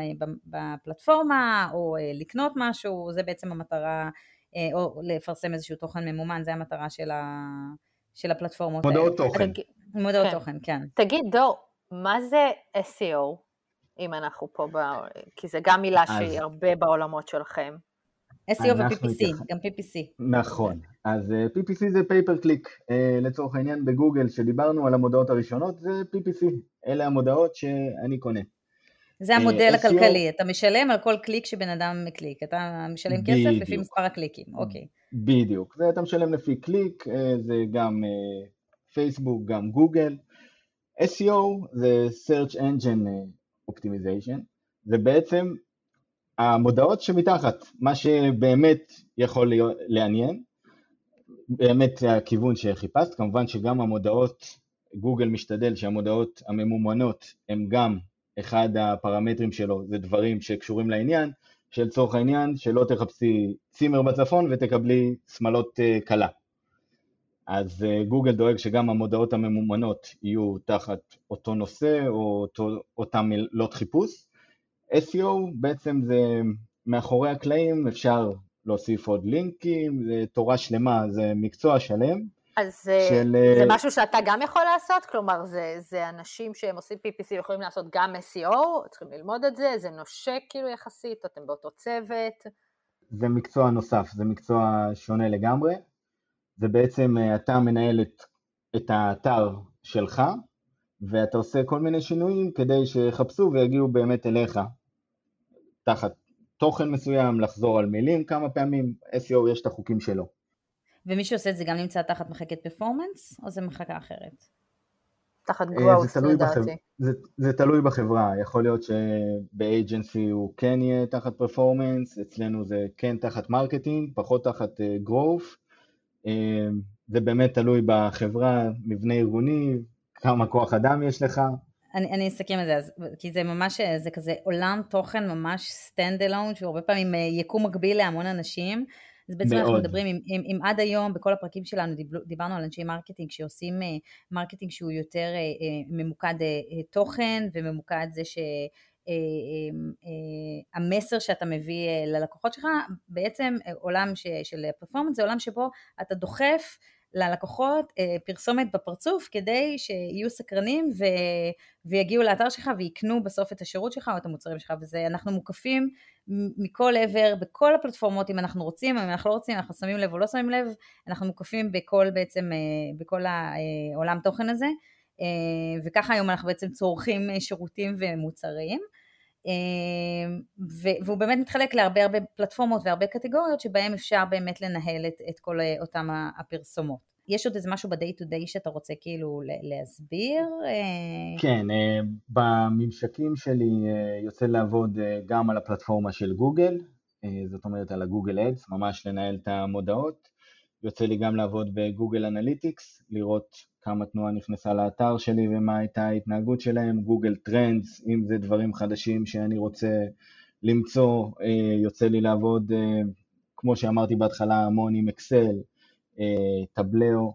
בפלטפורמה, או לקנות משהו, זה בעצם המטרה, או לפרסם איזשהו תוכן ממומן, זה המטרה של, ה, של הפלטפורמות האלה. מודעות תוכן. מודעות תוכן, כן. תגיד דור, מה זה אס אי או, אם אנחנו פה, ב... כי זה גם מילה שהיא הרבה בעולמות שלכם. אס אי או ו-פי פי סי, גם פי פי סי. נכון, אז פי פי סי זה פייפר קליק, לצורך העניין בגוגל שדיברנו על המודעות הראשונות, זה פי פי סי, אלה המודעות שאני קונה. זה המודל הכלכלי, אתה משלם על כל קליק שבן אדם מקליק, אתה משלם כסף לפי מספר הקליקים, אוקיי. בדיוק, ואתה משלם לפי קליק, זה גם פייסבוק, גם גוגל. אס אי או זה Search Engine Optimization, זה בעצם המודעות שמתחת, מה שבאמת יכול לעניין, באמת הכיוון שחיפשת, כמובן שגם המודעות, גוגל משתדל שהמודעות הממומנות הם גם אחד הפרמטרים שלו, זה דברים שקשורים לעניין, של צורך העניין, שלא תחפשי צימר בצפון ותקבלי שמלות קלה. אז גוגל דואג שגם המודעות הממומנות יהיו תחת אותו נושא או אותו, אותם מילות חיפוש. אס אי או בעצם זה מאחורי הקלעים, אפשר להוסיף עוד לינקים, זה תורה שלמה, זה מקצוע שלם. אז של... זה משהו שאתה גם יכול לעשות? כלומר, זה, זה אנשים שהם עושים פי פי סי יכולים לעשות גם אס אי או, צריכים ללמוד את זה, זה נושק כאילו יחסית, אתם באותו צוות? זה מקצוע נוסף, זה מקצוע שונה לגמרי. זה בעצם אתה מנהל את, את האתר שלך, ואתה עושה כל מיני שינויים כדי שיחפשו ויגיעו באמת אליך, תחת תוכן מסוים, לחזור על מילים כמה פעמים, אס אי או יש את החוקים שלו. ומי שעושה את זה גם נמצא תחת מחלקת פרפורמנס, או זה מחלקה אחרת? תחת growth, לדעתי. זה, זה תלוי בחברה, יכול להיות שבאג'נסי הוא כן יהיה תחת פרפורמנס, אצלנו זה כן תחת מרקטינג, פחות תחת growth, זה באמת תלוי בחברה, מבנה ארגוני, כמה כוח אדם יש לך. אני, אני אסכם את זה, אז, כי זה ממש, זה כזה עולם תוכן ממש stand alone, שהרבה פעמים יקום מקביל להמון אנשים, אז בעצם מאוד. אנחנו מדברים, אם, אם, אם עד היום בכל הפרקים שלנו דיבר, דיברנו על אנשי מרקטינג, שעושים מרקטינג שהוא יותר ממוקד תוכן, וממוקד זה ש... המסר שאתה מביא ללקוחות שלך, בעצם עולם של פרפורמנס, זה עולם שבו אתה דוחף ללקוחות פרסומת בפרצוף, כדי שיהיו סקרנים ו... ויגיעו לאתר שלך ויקנו בסוף את השירות שלך או את המוצרים שלך, וזה אנחנו מוקפים מכל עבר, בכל הפלטפורמות, אם אנחנו רוצים, אם אנחנו לא רוצים, אנחנו שמים לב או לא שמים לב, אנחנו מוקפים בכל בעצם, בכל העולם תוכן הזה, וככה היום אנחנו בעצם צורכים שירותים ומוצרים, והוא באמת מתחלק להרבה הרבה פלטפורמות והרבה קטגוריות שבהם אפשר באמת לנהל את, את כל אותם הפרסומות. יש עוד איזה משהו ב-day to day שאתה רוצה כאילו להסביר? כן, בממשקים שלי יוצא לעבוד גם על הפלטפורמה של גוגל, זאת אומרת על הגוגל אדס, ממש לנהל את המודעות. יוצא לי גם לעבוד בגוגל אנליטיקס, לראות כמה תנועה נכנסה לאתר שלי ומה הייתה ההתנהגות שלהם, גוגל טרנדס, אם זה דברים חדשים שאני רוצה למצוא, יוצא לי לעבוד, כמו שאמרתי בהתחלה, המון עם אקסל, טבלאו,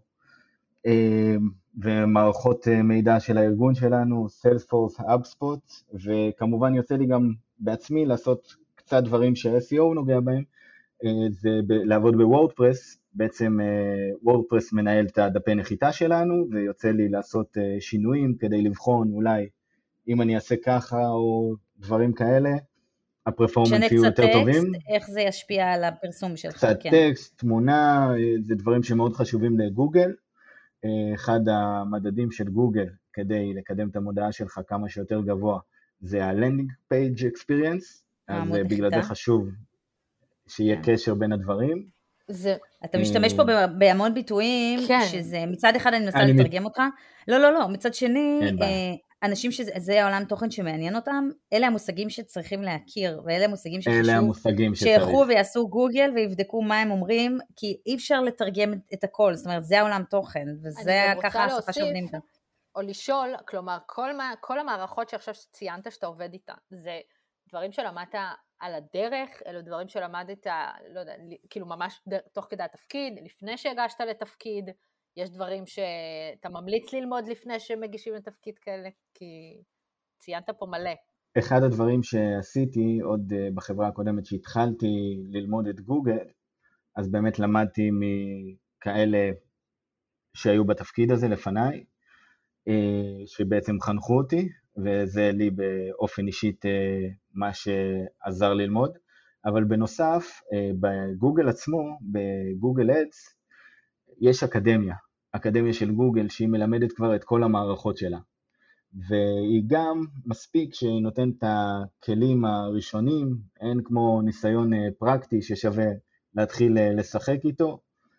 ומערכות מידע של הארגון שלנו, סיילספורס, HubSpot, וכמובן יוצא לי גם בעצמי לעשות קצת דברים ש-אס אי או נוגע בהם, זה לעבוד בוורדפרס, בעצם וורדפרס מנהל את הדפי נחיתה שלנו, ויוצא לי לעשות שינויים כדי לבחון אולי אם אני אעשה ככה או דברים כאלה, הפרפורמנס יהיו יותר טובים. טקסט, איך זה ישפיע על הפרסום שלך? קצת כן. טקסט, תמונה, זה דברים שמאוד חשובים לגוגל. אחד המדדים של גוגל כדי לקדם את המודעה שלך כמה שיותר גבוה, זה ה-Landing Page Experience, אז בגלל זה חשוב שיהיה קשר בין הדברים. זה... אתה משתמש פה בהמון ביטויים, כן. שזה מצד אחד אני מנסה לתרגם אותך, לא, לא, לא, מצד שני, אנשים שזה העולם תוכן שמעניין אותם, אלה המושגים שצריכים להכיר, ואלה המושגים שחשוב, שילכו ויעשו גוגל ויבדקו מה הם אומרים, כי אי אפשר לתרגם את הכל, זאת אומרת, זה העולם תוכן, וזה ככה השפה שעובדים כאן. או לשאול, כלומר, כל, מה, כל המערכות שעכשיו ציינת שאתה עובד איתה, זה דברים שלמדת על הדרך, אלו דברים שלמדת, לא יודע, כאילו ממש תוך כדי התפקיד, לפני שהגשת לתפקיד, יש דברים שאתה ממליץ ללמוד לפני שמגישים לתפקיד כאלה, כי ציינת פה מלא. אחד הדברים שעשיתי עוד בחברה הקודמת שהתחלתי ללמוד את גוגל, אז באמת למדתי מכאלה שהיו בתפקיד הזה לפניי, שבעצם חנכו אותי, וזה לי באופן אישית מה שעזר ללמוד, אבל בנוסף, בגוגל עצמו, בגוגל אדס, יש אקדמיה, אקדמיה של גוגל שהיא מלמדת כבר את כל המערכות שלה, והיא גם מספיק שהיא נותנת את הכלים הראשונים, אין כמו ניסיון פרקטי ששווה להתחיל לשחק איתו,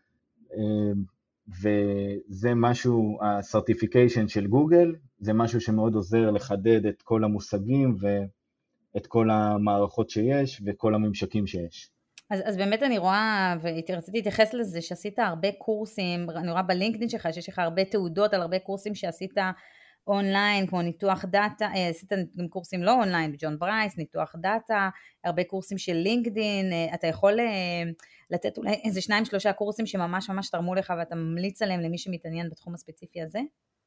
וזה משהו, הסרטיפיקיישן של גוגל, זה משהו שמאוד עוזר לחדד את כל המושגים ואת כל המערכות שיש וכל הממשקים שיש. אז, אז באמת אני רואה, ורציתי להתייחס לזה, שעשית הרבה קורסים, אני רואה בלינקדאין שלך, שיש לך הרבה תעודות על הרבה קורסים שעשית אונליין, כמו ניתוח דאטה, עשית גם קורסים לא אונליין, בג'ון ברייס, ניתוח דאטה, הרבה קורסים של לינקדאין, אתה יכול לתת אולי איזה שניים שלושה קורסים שממש ממש תרמו לך, ואתה ממליץ עליהם למי שמתעניין בתחום הספציפי הזה?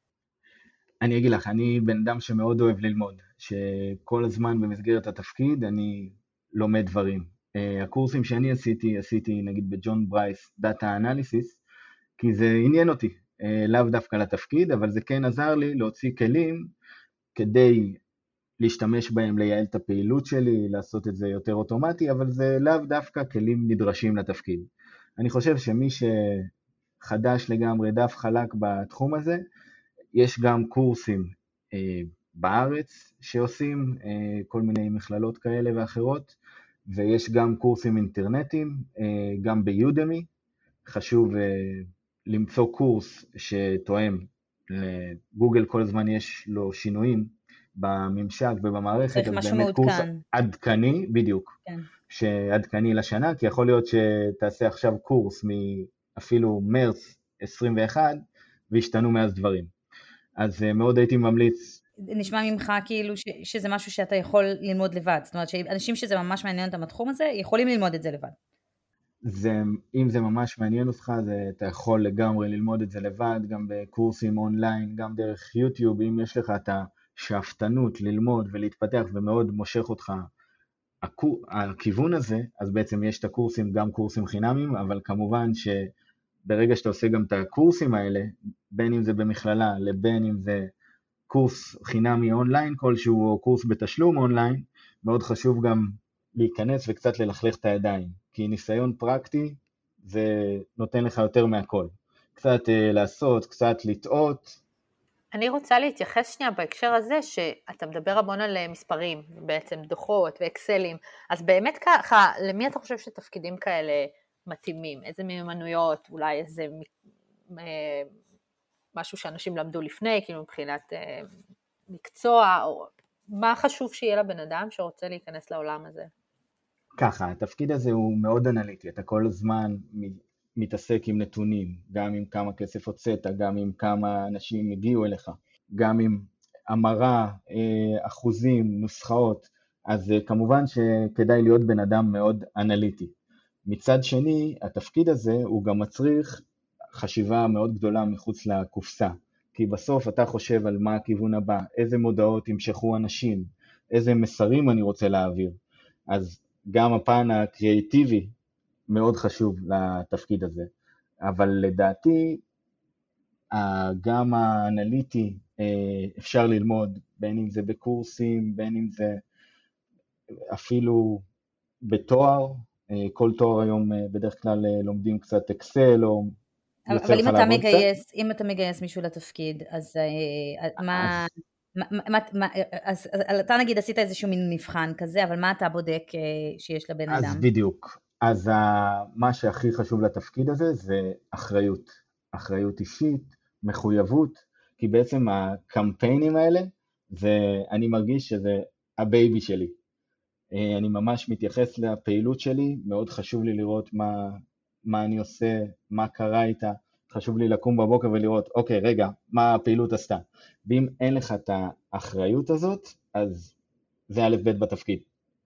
אני אגיד לך, אני בן אדם שמאוד אוהב ללמוד, שכל הזמן במסגרת התפקיד אני לומד דברים. הקורסים שאני עשיתי, עשיתי נגיד בג'ון ברייס דאטה אנליסיס, כי זה עניין אותי. לאו דווקא לתפקיד, אבל זה כן עזר לי להוציא כלים כדי להשתמש בהם, לייעל את הפעילות שלי, לעשות את זה יותר אוטומטי, אבל זה לאו דווקא כלים נדרשים לתפקיד. אני חושב שמי שחדש לגמרי דף חלק בתחום הזה, יש גם קורסים אה, בארץ שעושים אה, כל מיני מכללות כאלה ואחרות, ויש גם קורסים אינטרנטיים, אה, גם ביודמי, חשוב אה, למצוא קורס שתואם, לגוגל כל הזמן יש לו שינויים בממשק ובמערכת, אז באמת קורס עדכני, בדיוק, כן. שעדכני לשנה, כי יכול להיות שתעשה עכשיו קורס מאפילו מרץ עשרים ואחת, והשתנו מאז דברים. אז מאוד הייתי ממליץ. נשמע ממך כאילו ש, שזה משהו שאתה יכול ללמוד לבד, זאת אומרת שאנשים שזה ממש מעניין אותם בתחום הזה, יכולים ללמוד את זה לבד. זה, אם זה ממש מעניין אותך, זה, אתה יכול לגמרי ללמוד את זה לבד, גם בקורסים אונליין, גם דרך יוטיוב, אם יש לך את השאפתנות ללמוד ולהתפתח ומאוד מושך אותך הקור, הכיוון הזה, אז בעצם יש את הקורסים, גם קורסים חינמים, אבל כמובן שברגע שאתה עושה גם את הקורסים האלה, בין אם זה במכללה, לבין אם זה קורס חינמי אונליין כלשהו, או קורס בתשלום אונליין, מאוד חשוב גם להיכנס וקצת ללכלך את הידיים, כי ניסיון פרקטי זה נותן לך יותר מהכל. קצת uh, לעשות, קצת לטעות. אני רוצה להתייחס שנייה בהקשר הזה, שאתה מדבר המון על מספרים, בעצם דוחות ואקסלים, אז באמת ככה, למי אתה חושב שתפקידים כאלה מתאימים? איזה מיומנויות, אולי איזה אה, משהו שאנשים למדו לפני, כאילו מבחינת אה, מקצוע, או מה חשוב שיהיה לבן אדם שרוצה להיכנס לעולם הזה? ככה, התפקיד הזה הוא מאוד אנליטי, אתה כל הזמן מתעסק עם נתונים, גם עם כמה כסף הוצאת, גם עם כמה אנשים הגיעו אליך, גם עם המרה, אחוזים, נוסחאות, אז כמובן שכדאי להיות בן אדם מאוד אנליטי. מצד שני, התפקיד הזה הוא גם מצריך חשיבה מאוד גדולה מחוץ לקופסה, כי בסוף אתה חושב על מה הכיוון הבא, איזה מודעות ימשכו אנשים, איזה מסרים אני רוצה להעביר, אז גם הפן הקריאטיבי מאוד חשוב לתפקיד הזה, אבל לדעתי גם האנליטי אפשר ללמוד, בין אם זה בקורסים, בין אם זה אפילו בתואר, כל תואר היום בדרך כלל לומדים קצת אקסל או אבל אם אתה מגייס, אם אתה מגייס מישהו לתפקיד, אז מה... אז אתה נגיד עשית איזשהו מין מבחן כזה, אבל מה אתה בודק שיש לבן אדם? אז בדיוק, אז מה שהכי חשוב לתפקיד הזה זה אחריות, אחריות אישית, מחויבות, כי בעצם הקמפיינים האלה, אני מרגיש שזה הבייבי שלי, אני ממש מתייחס לפעילות שלי, מאוד חשוב לי לראות מה, מה אני עושה, מה קרה איתה, חשוב לי לקום בבוקר ולראות, אוקיי, רגע, מה הפעילות עשתה? ואם אין לך את האחריות הזאת, אז זה א' ב' בתפקיד.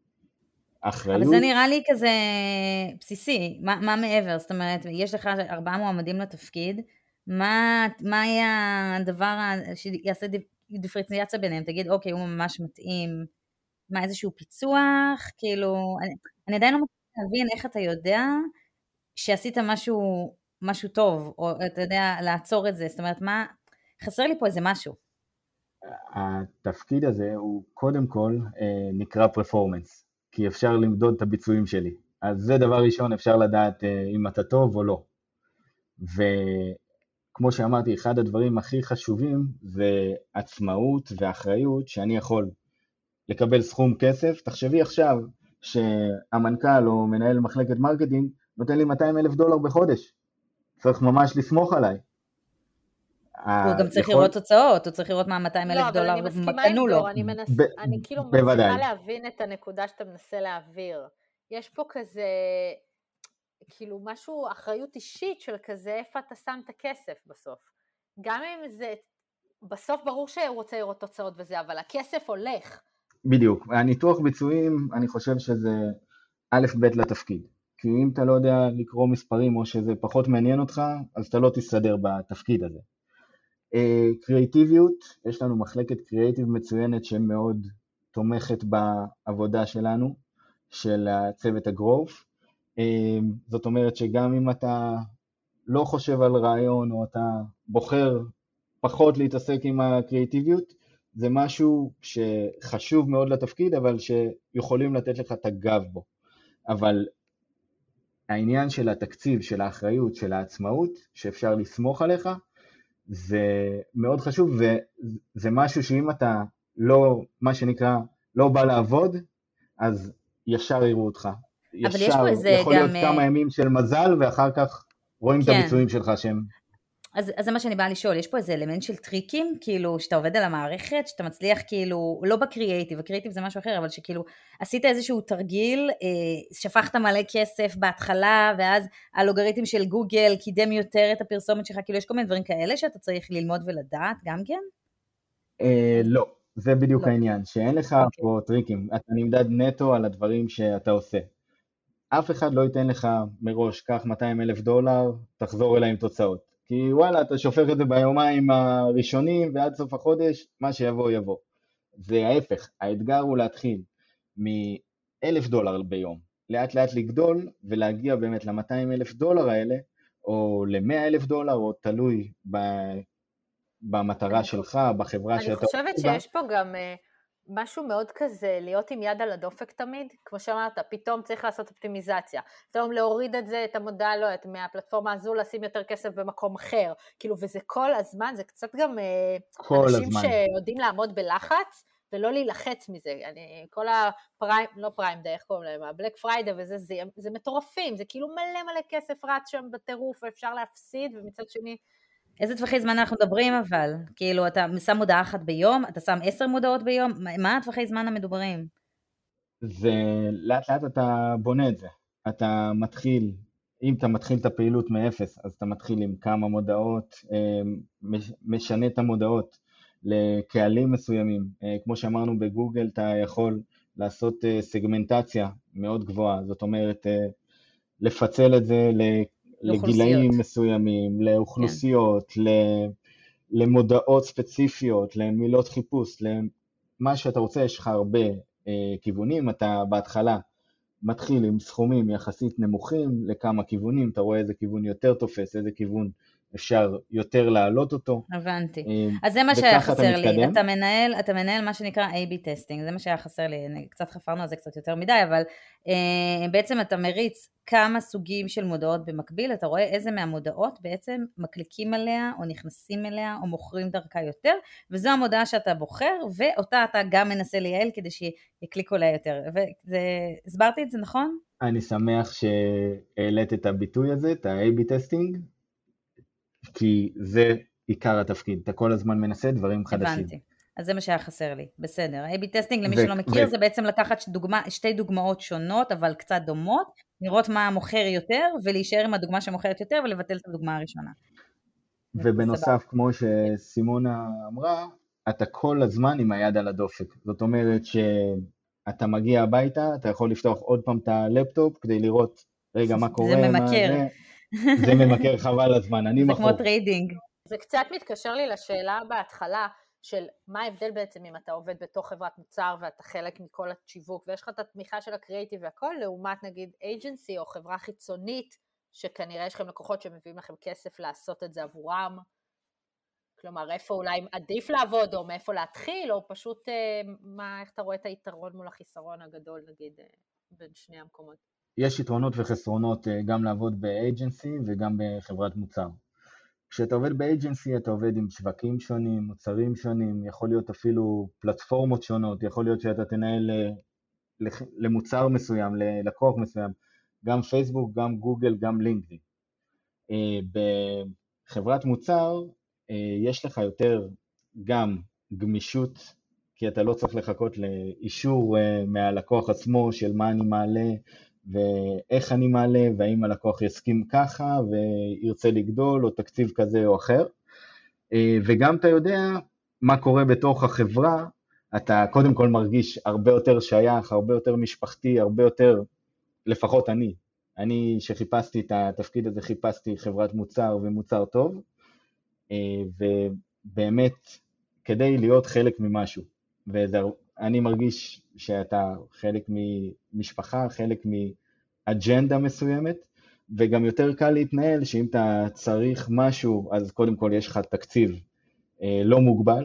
אחריות. אבל זה נראה לי כזה בסיסי, מה, מה מעבר? זאת אומרת, יש לך ארבעה מועמדים לתפקיד, מה, מה יהיה הדבר שיעשה דיפרנציאציה ביניהם? תגיד, אוקיי, הוא ממש מתאים, מה, איזשהו פיצוח? כאילו, אני, אני עדיין לא מצליחה להבין איך אתה יודע שעשית משהו, משהו טוב, או אתה יודע לעצור את זה, זאת אומרת, מה, חסר לי פה איזה משהו. התפקיד הזה הוא קודם כל אה, נקרא פרפורמנס, כי אפשר למדוד את הביצועים שלי. אז זה דבר ראשון, אפשר לדעת אה, אם אתה טוב או לא. וכמו שאמרתי, אחד הדברים הכי חשובים זה עצמאות ואחריות, שאני יכול לקבל סכום כסף. תחשבי עכשיו שהמנכ"ל או מנהל מחלקת מרקטינג נותן לי מאתיים אלף דולר בחודש. צריך ממש לסמוך עליי. הוא גם צריך לראות תוצאות, הוא צריך לראות מה מאתיים אלף דולר מקנו לו. לא, אבל אני מסכימה איתו, אני כאילו מצליחה להבין את הנקודה שאתה מנסה להעביר. יש פה כזה, כאילו משהו, אחריות אישית של כזה, איפה אתה שם את הכסף בסוף. גם אם זה, בסוף ברור שהוא רוצה לראות תוצאות וזה, אבל הכסף הולך. בדיוק, הניתוח ביצועים, אני חושב שזה א' ב' לתפקיד. כי אם אתה לא יודע לקרוא מספרים או שזה פחות מעניין אותך, אז אתה לא תסתדר בתפקיד הזה. קריאטיביות, יש לנו מחלקת קריאטיב מצוינת שמאוד תומכת בעבודה שלנו, של הצוות הגרוף. זאת אומרת שגם אם אתה לא חושב על רעיון או אתה בוחר פחות להתעסק עם הקריאטיביות, זה משהו שחשוב מאוד לתפקיד, אבל שיכולים לתת לך את הגב בו. אבל העניין של התקציב, של האחריות, של העצמאות, שאפשר לסמוך עליך, זה מאוד חשוב, וזה משהו שאם אתה לא, מה שנקרא, לא בא לעבוד, אז ישר יראו אותך. אבל יש פה איזה יכול גם... להיות כמה ימים של מזל, ואחר כך רואים כן. את הביצועים שלך שהם... אז, אז זה מה שאני באה לשאול, יש פה איזה אלמנט של טריקים, כאילו, שאתה עובד על המערכת, שאתה מצליח כאילו, לא בקריאייטיב, הקריאייטיב זה משהו אחר, אבל שכאילו, עשית איזשהו תרגיל, שפכת מלא כסף בהתחלה, ואז הלוגריתם של גוגל קידם יותר את הפרסומת שלך, כאילו, יש כל מיני דברים כאלה שאתה צריך ללמוד ולדעת, גם כן? אה, לא, זה בדיוק העניין, שאין לך פה טריקים, אתה נמדד נטו על הדברים שאתה עושה. אף אחד לא ייתן לך מראש, קח מאתיים אלף דולר, תחזור אליי עם תוצאות. כי וואלה, אתה שופך את זה ביומיים הראשונים, ועד סוף החודש, מה שיבוא יבוא. זה ההפך, האתגר הוא להתחיל מ-אלף דולר ביום, לאט לאט לגדול, ולהגיע באמת ל-מאתיים אלף דולר האלה, או ל-מאה אלף דולר, או תלוי במטרה שלך, בחברה שאתה... אני חושבת שיש פה גם משהו מאוד כזה, להיות עם יד על הדופק תמיד, כמו שאמרת, פתאום צריך לעשות אופטימיזציה, פתאום להוריד את זה, את המודעה, לא, את מהפלטפורמה הזו, לשים יותר כסף במקום אחר, כאילו, וזה כל הזמן, זה קצת גם אנשים הזמן. שיודעים לעמוד בלחץ, ולא להילחץ מזה, אני, כל הפריים, לא פריים די, איך קוראים להם, הבלק פריידי וזה, זה, זה מטורפים, זה כאילו מלא מלא כסף רץ שם בטירוף, ואפשר להפסיד, ומצד שני, איזה טווחי זמן אנחנו מדברים אבל? כאילו, אתה שם מודעה אחת ביום, אתה שם עשר מודעות ביום, מה הטווחי זמן המדוברים? זה, לאט לאט אתה בונה את זה. אתה מתחיל, אם אתה מתחיל את הפעילות מאפס, אז אתה מתחיל עם כמה מודעות, משנה את המודעות לקהלים מסוימים. כמו שאמרנו בגוגל, אתה יכול לעשות סגמנטציה מאוד גבוהה, זאת אומרת, לפצל את זה לגילאים מסוימים, לאוכלוסיות, כן. למודעות ספציפיות, למילות חיפוש, למה שאתה רוצה, יש לך הרבה אה, כיוונים, אתה בהתחלה מתחיל עם סכומים יחסית נמוכים, לכמה כיוונים, אתה רואה איזה כיוון יותר תופס, איזה כיוון אפשר יותר להעלות אותו. הבנתי. אז זה מה שהיה חסר לי. אתה מנהל, אתה מנהל מה שנקרא איי בי טסטינג, זה מה שהיה חסר לי, קצת חפרנו על זה קצת יותר מדי, אבל אה, בעצם אתה מריץ כמה סוגים של מודעות במקביל, אתה רואה איזה מהמודעות בעצם מקליקים עליה, או נכנסים אליה, או מוכרים דרכה יותר, וזו המודעה שאתה בוחר, ואותה אתה גם מנסה לייעל כדי שיקליקו עליה יותר. והסברתי את זה נכון? אני שמח שהעלית את הביטוי הזה, את ה-איי בי טסטינג, כי זה עיקר התפקיד, אתה כל הזמן מנסה דברים חדשים. הבנתי, אז זה מה שהיה חסר לי, בסדר. איי בי טסטינג, למי שלא מכיר, זה בעצם לקחת שתי דוגמאות שונות, אבל קצת דומות, לראות מה מוכר יותר, ולהישאר עם הדוגמה שמוכרת יותר, ולבטל את הדוגמה הראשונה. ובנוסף, כמו שסימונה אמרה, אתה כל הזמן עם היד על הדופק. זאת אומרת אתה מגיע הביתה, אתה יכול לפתוח עוד פעם את הלפטופ כדי לראות, רגע, מה קורה, זה מה ממכר. זה, זה ממכר חבל הזמן, אני זה מכור. כמו טריידינג. זה קצת מתקשר לי לשאלה בהתחלה, של מה ההבדל בעצם אם אתה עובד בתוך חברת מוצר, ואתה חלק מכל השיווק, ויש לך את התמיכה של הקריאיטיב והכל, לעומת נגיד אייג'נסי או חברה חיצונית, שכנראה יש לכם לקוחות שמביאים לכם כסף לעשות את זה עבורם, כלומר, איפה אולי עדיף לעבוד, או מאיפה להתחיל, או פשוט, מה, איך אתה רואה את היתרון מול החיסרון הגדול, נגיד, בין שני המקומות? יש יתרונות וחסרונות גם לעבוד באייג'נסי וגם בחברת מוצר. כשאתה עובד באייג'נסי, אתה עובד עם שווקים שונים, מוצרים שונים, יכול להיות אפילו פלטפורמות שונות, יכול להיות שאתה תנהל למוצר מסוים, ללקוח מסוים, גם פייסבוק, גם גוגל, גם לינקדאין. בחברת מוצר, יש לך יותר גם גמישות, כי אתה לא צריך לחכות לאישור מהלקוח עצמו של מה אני מעלה ואיך אני מעלה, והאם הלקוח יסכים ככה וירצה לגדול או תקציב כזה או אחר. וגם אתה יודע מה קורה בתוך החברה, אתה קודם כל מרגיש הרבה יותר שייך, הרבה יותר משפחתי, הרבה יותר, לפחות אני, אני שחיפשתי את התפקיד הזה, חיפשתי חברת מוצר ומוצר טוב, ובאמת כדי להיות חלק ממשהו, ואני מרגיש שאתה חלק ממשפחה, חלק מאג'נדה מסוימת, וגם יותר קל להתנהל שאם אתה צריך משהו, אז קודם כל יש לך תקציב לא מוגבל,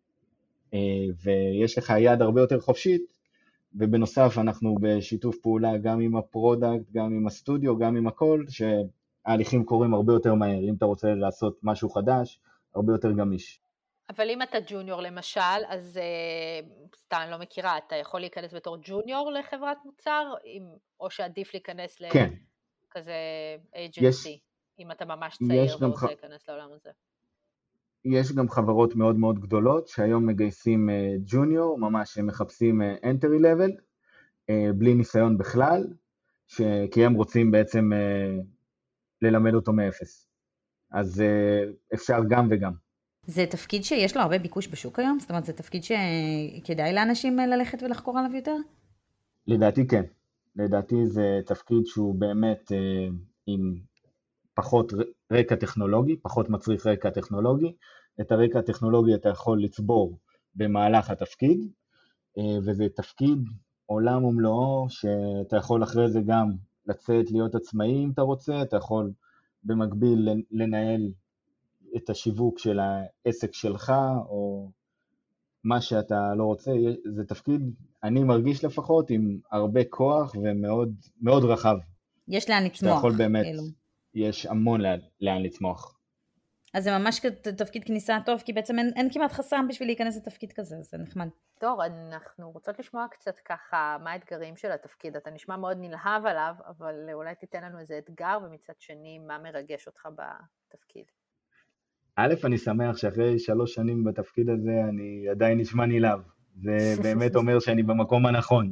ויש לך יד הרבה יותר חופשית, ובנוסף אנחנו בשיתוף פעולה גם עם הפרודקט, גם עם הסטודיו, גם עם הכל, שההליכים קורים הרבה יותר מהר, אם אתה רוצה לעשות משהו חדש, הרבה יותר גמיש. אבל אם אתה ג'וניור למשל, אז סתם אני לא מכירה, אתה יכול להיכנס בתור ג'וניור לחברת מוצר, או שעדיף להיכנס כן. לכזה אייג'נסי, אם אתה ממש צעיר ורוצה ח... להיכנס לעולם הזה? יש גם חברות מאוד מאוד גדולות, שהיום מגייסים ג'וניור, ממש מחפשים entry level, בלי ניסיון בכלל, ש... כי הם רוצים בעצם ללמד אותו מאפס. אז אפשר גם וגם. זה תפקיד שיש לו הרבה ביקוש בשוק היום? זאת אומרת, זה תפקיד שכדאי לאנשים ללכת ולחקור עליו יותר? לדעתי כן. לדעתי זה תפקיד שהוא באמת עם פחות רקע טכנולוגי, פחות מצריך רקע טכנולוגי. את הרקע הטכנולוגי אתה יכול לצבור במהלך התפקיד, וזה תפקיד עולם ומלואו, שאתה יכול אחרי זה גם לצאת להיות עצמאי אם אתה רוצה, אתה יכול במקביל לנהל את השיווק של העסק שלך, או מה שאתה לא רוצה. זה תפקיד, אני מרגיש לפחות, עם הרבה כוח ומאוד מאוד רחב. יש לאן לצמוח. אתה יכול באמת, אלו. יש המון לאן, לאן לצמוח. אז זה ממש תפקיד כניסה טוב, כי בעצם אין, אין כמעט חסם בשביל להיכנס לתפקיד כזה, זה נחמד. דור, אנחנו רוצות לשמוע קצת ככה, מה האתגרים של התפקיד? אתה נשמע מאוד נלהב עליו, אבל אולי תיתן לנו איזה אתגר, ומצד שני, מה מרגש אותך בתפקיד? א', אני שמח שאחרי שלוש שנים בתפקיד הזה, אני עדיין נשמע נלהב. זה באמת אומר שאני במקום הנכון.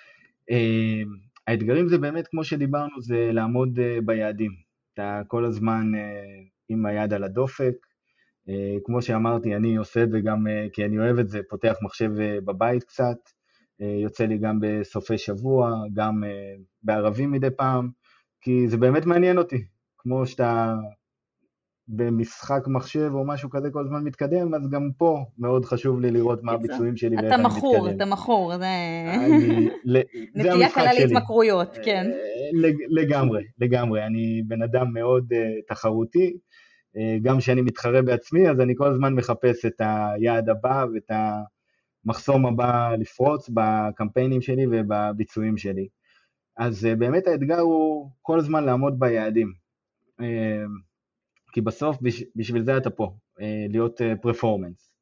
האתגרים זה באמת, כמו שדיברנו, זה לעמוד ביעדים. אתה כל הזמן עם היד על הדופק. כמו שאמרתי, אני עושה את זה גם כי אני אוהב את זה, פותח מחשב בבית קצת, יוצא לי גם בסופי שבוע, גם בערבים מדי פעם, כי זה באמת מעניין אותי. כמו שאתה במשחק מחשב או משהו כזה כל הזמן מתקדם, אז גם פה מאוד חשוב לי לראות מה הביצועים שלי ואיך אני מתקדם. אתה מכור, אתה מכור, זה נטייה קלה להתמכרויות, כן. לגמרי, לגמרי, אני בן אדם מאוד תחרותי, גם שאני מתחרה בעצמי, אז אני כל הזמן מחפש את היעד הבא ואת המחסום הבא לפרוץ בקמפיינים שלי ובביצועים שלי. אז באמת האתגר הוא כל הזמן לעמוד ביעדים. כי בסוף בשביל זה אתה פה, להיות פרפורמנס.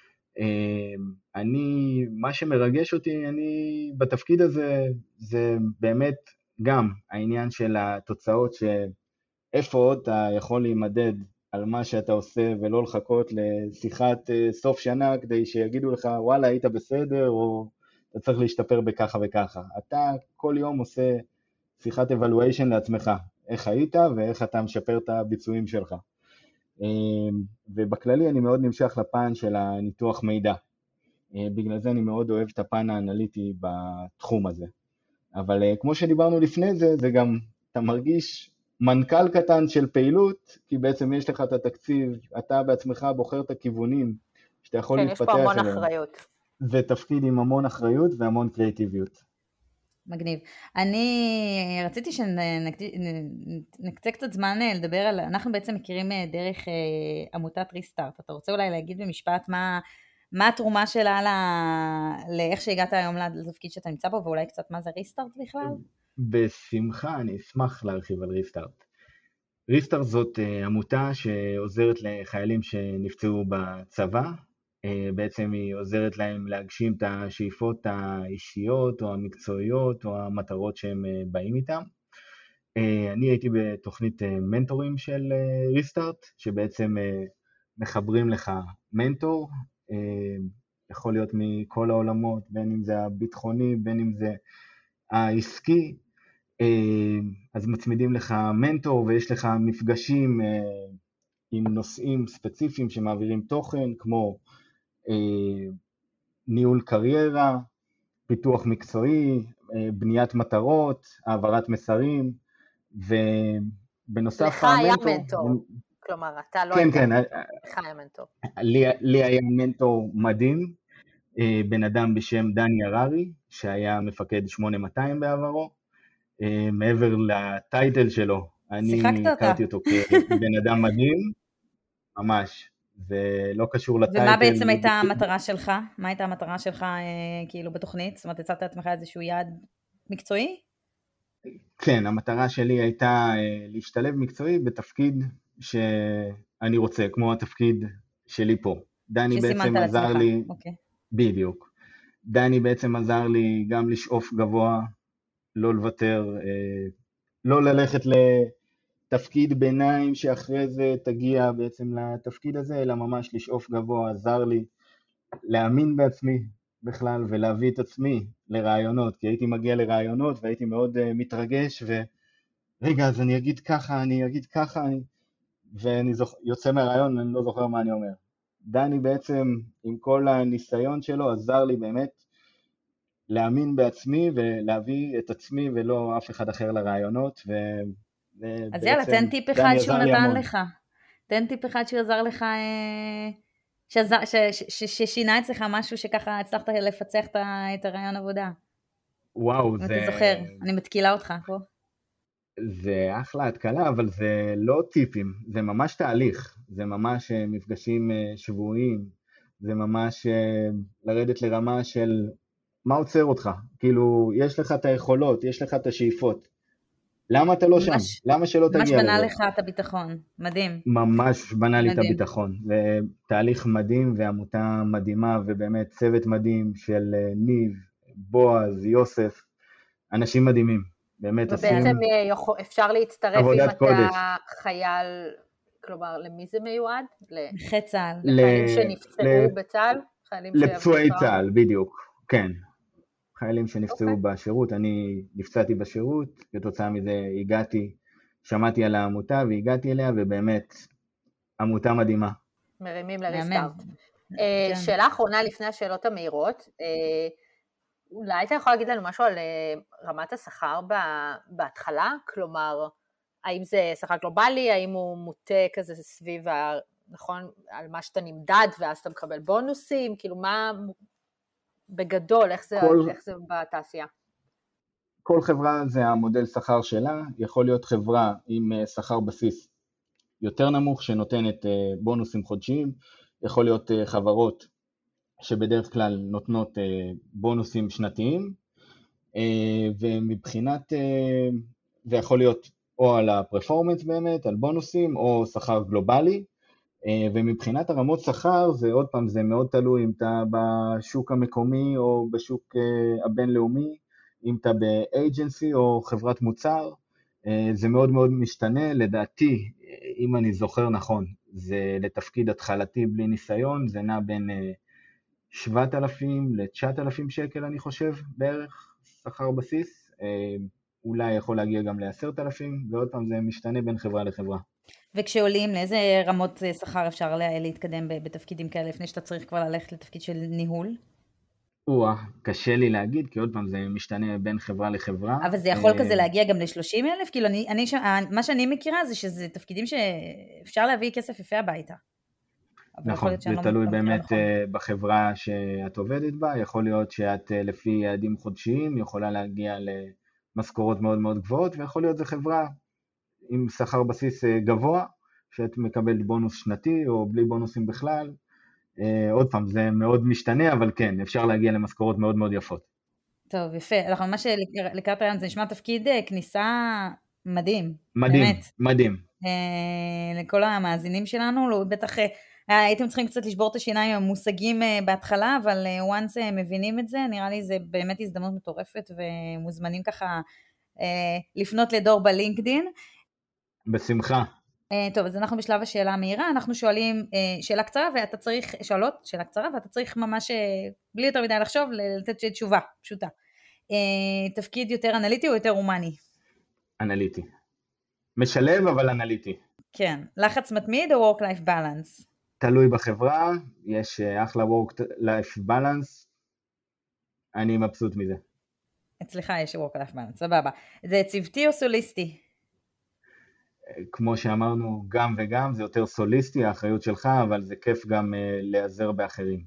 אני, מה שמרגש אותי, אני בתפקיד הזה, זה באמת גם העניין של התוצאות, שאיפה עוד אתה יכול להימדד על מה שאתה עושה, ולא לחכות לשיחת סוף שנה, כדי שיגידו לך, וואלה, היית בסדר, או אתה צריך להשתפר בככה וככה. אתה כל יום עושה שיחת evaluation לעצמך, איך היית ואיך אתה משפר את הביצועים שלך. ובכללי אני מאוד נמשך לפן של הניתוח מידע. בגלל זה אני מאוד אוהב את הפן האנליטי בתחום הזה. אבל כמו שדיברנו לפני זה, זה גם, אתה מרגיש מנכ"ל קטן של פעילות, כי בעצם יש לך את התקציב, אתה בעצמך בוחר את הכיוונים, שאתה יכול כן, להתפתח יש פה המון אליהם. אחריות. זה תפקיד עם המון אחריות והמון קריאטיביות. מגניב. אני רציתי שנקצה קצת זמן לדבר על, אנחנו בעצם מכירים דרך עמותת ריסטארט. אתה רוצה אולי להגיד במשפט מה, מה התרומה שלה ל... לאיך שהגעת היום לתפקיד שאתה נמצא בו, ואולי קצת מה זה ריסטארט בכלל? בשמחה, אני אשמח להרחיב על ריסטארט. ריסטארט זאת עמותה שעוזרת לחיילים שנפצעו בצבא, בעצם היא עוזרת להם להגשים את השאיפות האישיות או המקצועיות או המטרות שהם באים איתם. אני הייתי בתוכנית מנטורים של ריסטארט, שבעצם מחברים לך מנטור, יכול להיות מכל העולמות, בין אם זה הביטחוני, בין אם זה העסקי, אז מצמידים לך מנטור ויש לך מפגשים עם נושאים ספציפיים שמעבירים תוכן, כמו ניהול קריירה, פיתוח מקצועי, בניית מטרות, העברת מסרים, ובנוסף לך היה מנטור, כלומר אתה לא היית, לך היה מנטור. לי היה מנטור מדהים, בן אדם בשם דני הררי, שהיה מפקד שמונה מאתיים בעברו, מעבר לטייטל שלו, אני הכרתי אותו כבן אדם מדהים, ממש. זה לא קשור לטייטל. ומה בעצם הייתה המטרה שלך? מה הייתה המטרה שלך אה, כאילו בתוכנית? זאת אומרת, הצעת לעצמך איזשהו יעד מקצועי? כן, המטרה שלי הייתה אה, להשתלב מקצועי בתפקיד שאני רוצה, כמו התפקיד שלי פה. דני בעצם עזר לי, אוקיי. בדיוק. דני בעצם עזר לי גם לשאוף גבוה, לא לוותר, אה, לא ללכת ל... תפקיד ביניים שאחרי זה תגיע בעצם לתפקיד הזה, אלא ממש לשאוף גבוה, עזר לי להאמין בעצמי בכלל ולהביא את עצמי לרעיונות, כי הייתי מגיע לרעיונות והייתי מאוד uh, מתרגש, ורגע, אז אני אגיד ככה, אני אגיד ככה, אני... ואני זוכ... יוצא מהרעיון ואני לא זוכר מה אני אומר. דני בעצם עם כל הניסיון שלו עזר לי באמת להאמין בעצמי ולהביא את עצמי ולא אף אחד אחר לרעיונות, ו... אז יאללה, תן טיפ אחד שהוא נתן לך, תן טיפ אחד שעזר לך, ששינה אצלך משהו שככה הצלחת לפצח את הרעיון עבודה. וואו, זה... אתה זוכר, אני מתקילה אותך פה. זה אחלה התקלה, אבל זה לא טיפים, זה ממש תהליך, זה ממש מפגשים שבועיים, זה ממש לרדת לרמה של מה עוצר אותך, כאילו יש לך את היכולות, יש לך את השאיפות, למה אתה לא שם? למה שלא תגיע לזה? ממש בנה לך את הביטחון, מדהים. ממש בנה לי את הביטחון, זה תהליך מדהים ועמותה מדהימה ובאמת צוות מדהים של ניב, בועז, יוסף, אנשים מדהימים, באמת עושים ובעצם אפשר להצטרף אם אתה חייל, כלומר למי זה מיועד? לחי צה"ל. לחיילים שנפצעו בצה"ל? לפצועי צה"ל, בדיוק, כן. חיילים שנפצעו okay. בשירות, אני נפצעתי בשירות, כתוצאה מזה הגעתי, שמעתי על העמותה והגעתי אליה, ובאמת עמותה מדהימה. מרימים לריסטארט. uh, שאלה אחרונה לפני השאלות המהירות, uh, אולי אתה יכול להגיד לנו משהו על uh, רמת השכר בהתחלה? כלומר, האם זה שכר גלובלי, האם הוא מוטה כזה סביב, ה, נכון, על מה שאתה נמדד, ואז אתה מקבל בונוסים, כאילו מה... בגדול, איך זה, כל, איך זה בתעשייה? כל חברה זה המודל שכר שלה, יכול להיות חברה עם שכר בסיס יותר נמוך שנותנת בונוסים חודשיים, יכול להיות חברות שבדרך כלל נותנות בונוסים שנתיים, ומבחינת, זה יכול להיות או על הפרפורמנס באמת, על בונוסים, או שכר גלובלי, ומבחינת הרמות שכר, זה עוד פעם, זה מאוד תלוי אם אתה בשוק המקומי או בשוק הבינלאומי, אם אתה באג'נסי או חברת מוצר, זה מאוד מאוד משתנה, לדעתי, אם אני זוכר נכון, זה לתפקיד התחלתי בלי ניסיון, זה נע בין שבעת אלפים ל-תשעת אלפים שקל אני חושב, בערך שכר בסיס, אולי יכול להגיע גם ל-עשרת אלפים, ועוד פעם זה משתנה בין חברה לחברה. וכשעולים, לאיזה רמות שכר אפשר להתקדם בתפקידים כאלה, לפני שאתה צריך כבר ללכת לתפקיד של ניהול? או, קשה לי להגיד, כי עוד פעם זה משתנה בין חברה לחברה. אבל זה יכול כזה להגיע גם ל-שלושים אלף? כאילו, אני, אני, מה שאני מכירה זה שזה תפקידים שאפשר להביא כסף יפה הביתה. נכון, זה תלוי באמת בחברה שאת עובדת בה, יכול להיות שאת לפי יעדים חודשיים יכולה להגיע למשכורות מאוד מאוד גבוהות, ויכול להיות זו חברה עם שכר בסיס גבוה, שאת מקבלת בונוס שנתי או בלי בונוסים בכלל. עוד פעם, זה מאוד משתנה, אבל כן, אפשר להגיע למשכורות מאוד מאוד יפות. טוב, יפה. אנחנו ממש לקראת היום, זה נשמע תפקיד כניסה מדהים. מדהים, באמת. מדהים. לכל המאזינים שלנו, בטח הייתם צריכים קצת לשבור את השיניים עם המושגים בהתחלה, אבל once מבינים את זה, נראה לי זה באמת הזדמנות מטורפת, ומוזמנים ככה לפנות לדור בלינקדין. בשמחה. טוב, אז אנחנו בשלב השאלה המהירה, אנחנו שואלים שאלה קצרה, ואתה צריך, שואלות שאלה קצרה, ואתה צריך ממש, בלי יותר מדי לחשוב, לתת תשובה פשוטה. תפקיד יותר אנליטי או יותר הומני? אנליטי. משלב, אבל אנליטי. כן. לחץ מתמיד או work-life balance? תלוי בחברה, יש אחלה work-life balance, אני מבסוט מזה. אצלך יש work-life balance, סבבה. זה צוותי או סוליסטי? כמו שאמרנו, גם וגם, זה יותר סוליסטי, האחריות שלך, אבל זה כיף גם uh, להיעזר באחרים.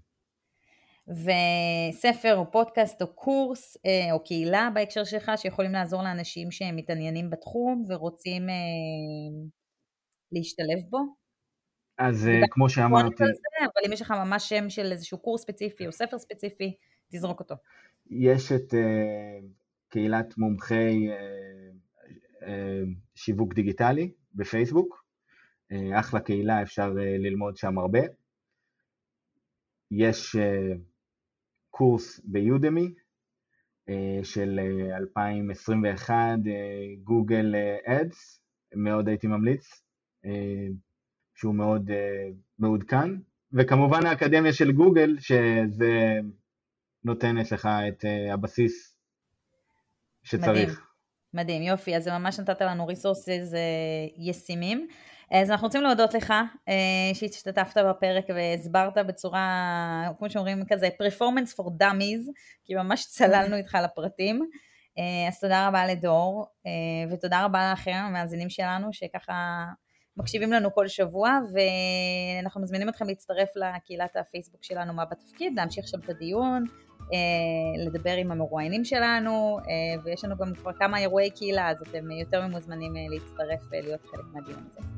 וספר או פודקאסט או קורס uh, או קהילה בהקשר שלך, שיכולים לעזור לאנשים שהם מתעניינים בתחום ורוצים uh, להשתלב בו? אז uh, כמו שאמרתי... זה, אבל אם יש לך ממש שם של איזשהו קורס ספציפי או ספר ספציפי, תזרוק אותו. יש את uh, קהילת מומחי... Uh, שיווק דיגיטלי בפייסבוק, אחלה קהילה, אפשר ללמוד שם הרבה. יש קורס ביודמי של אלפיים עשרים ואחת, גוגל אדס, מאוד הייתי ממליץ, שהוא מאוד מעודכן, וכמובן האקדמיה של גוגל, שזה נותנת לך את הבסיס שצריך. מדהים. מדהים, יופי, אז ממש נתת לנו ריסורסס ישימים. אז אנחנו רוצים להודות לך שהשתתפת בפרק והסברת בצורה, כמו שאומרים כזה, performance for dummies, כי ממש צללנו איתך לפרטים. אז תודה רבה לדור, ותודה רבה לכם, המאזינים שלנו, שככה מקשיבים לנו כל שבוע, ואנחנו מזמינים אתכם להצטרף לקהילת הפייסבוק שלנו, מה בתפקיד, להמשיך שם את הדיון, לדבר עם המרואיינים שלנו, ויש לנו גם כבר כמה אירועי קהילה, אז אתם יותר ממוזמנים להצטרף ולהיות חלק מהדיון הזה.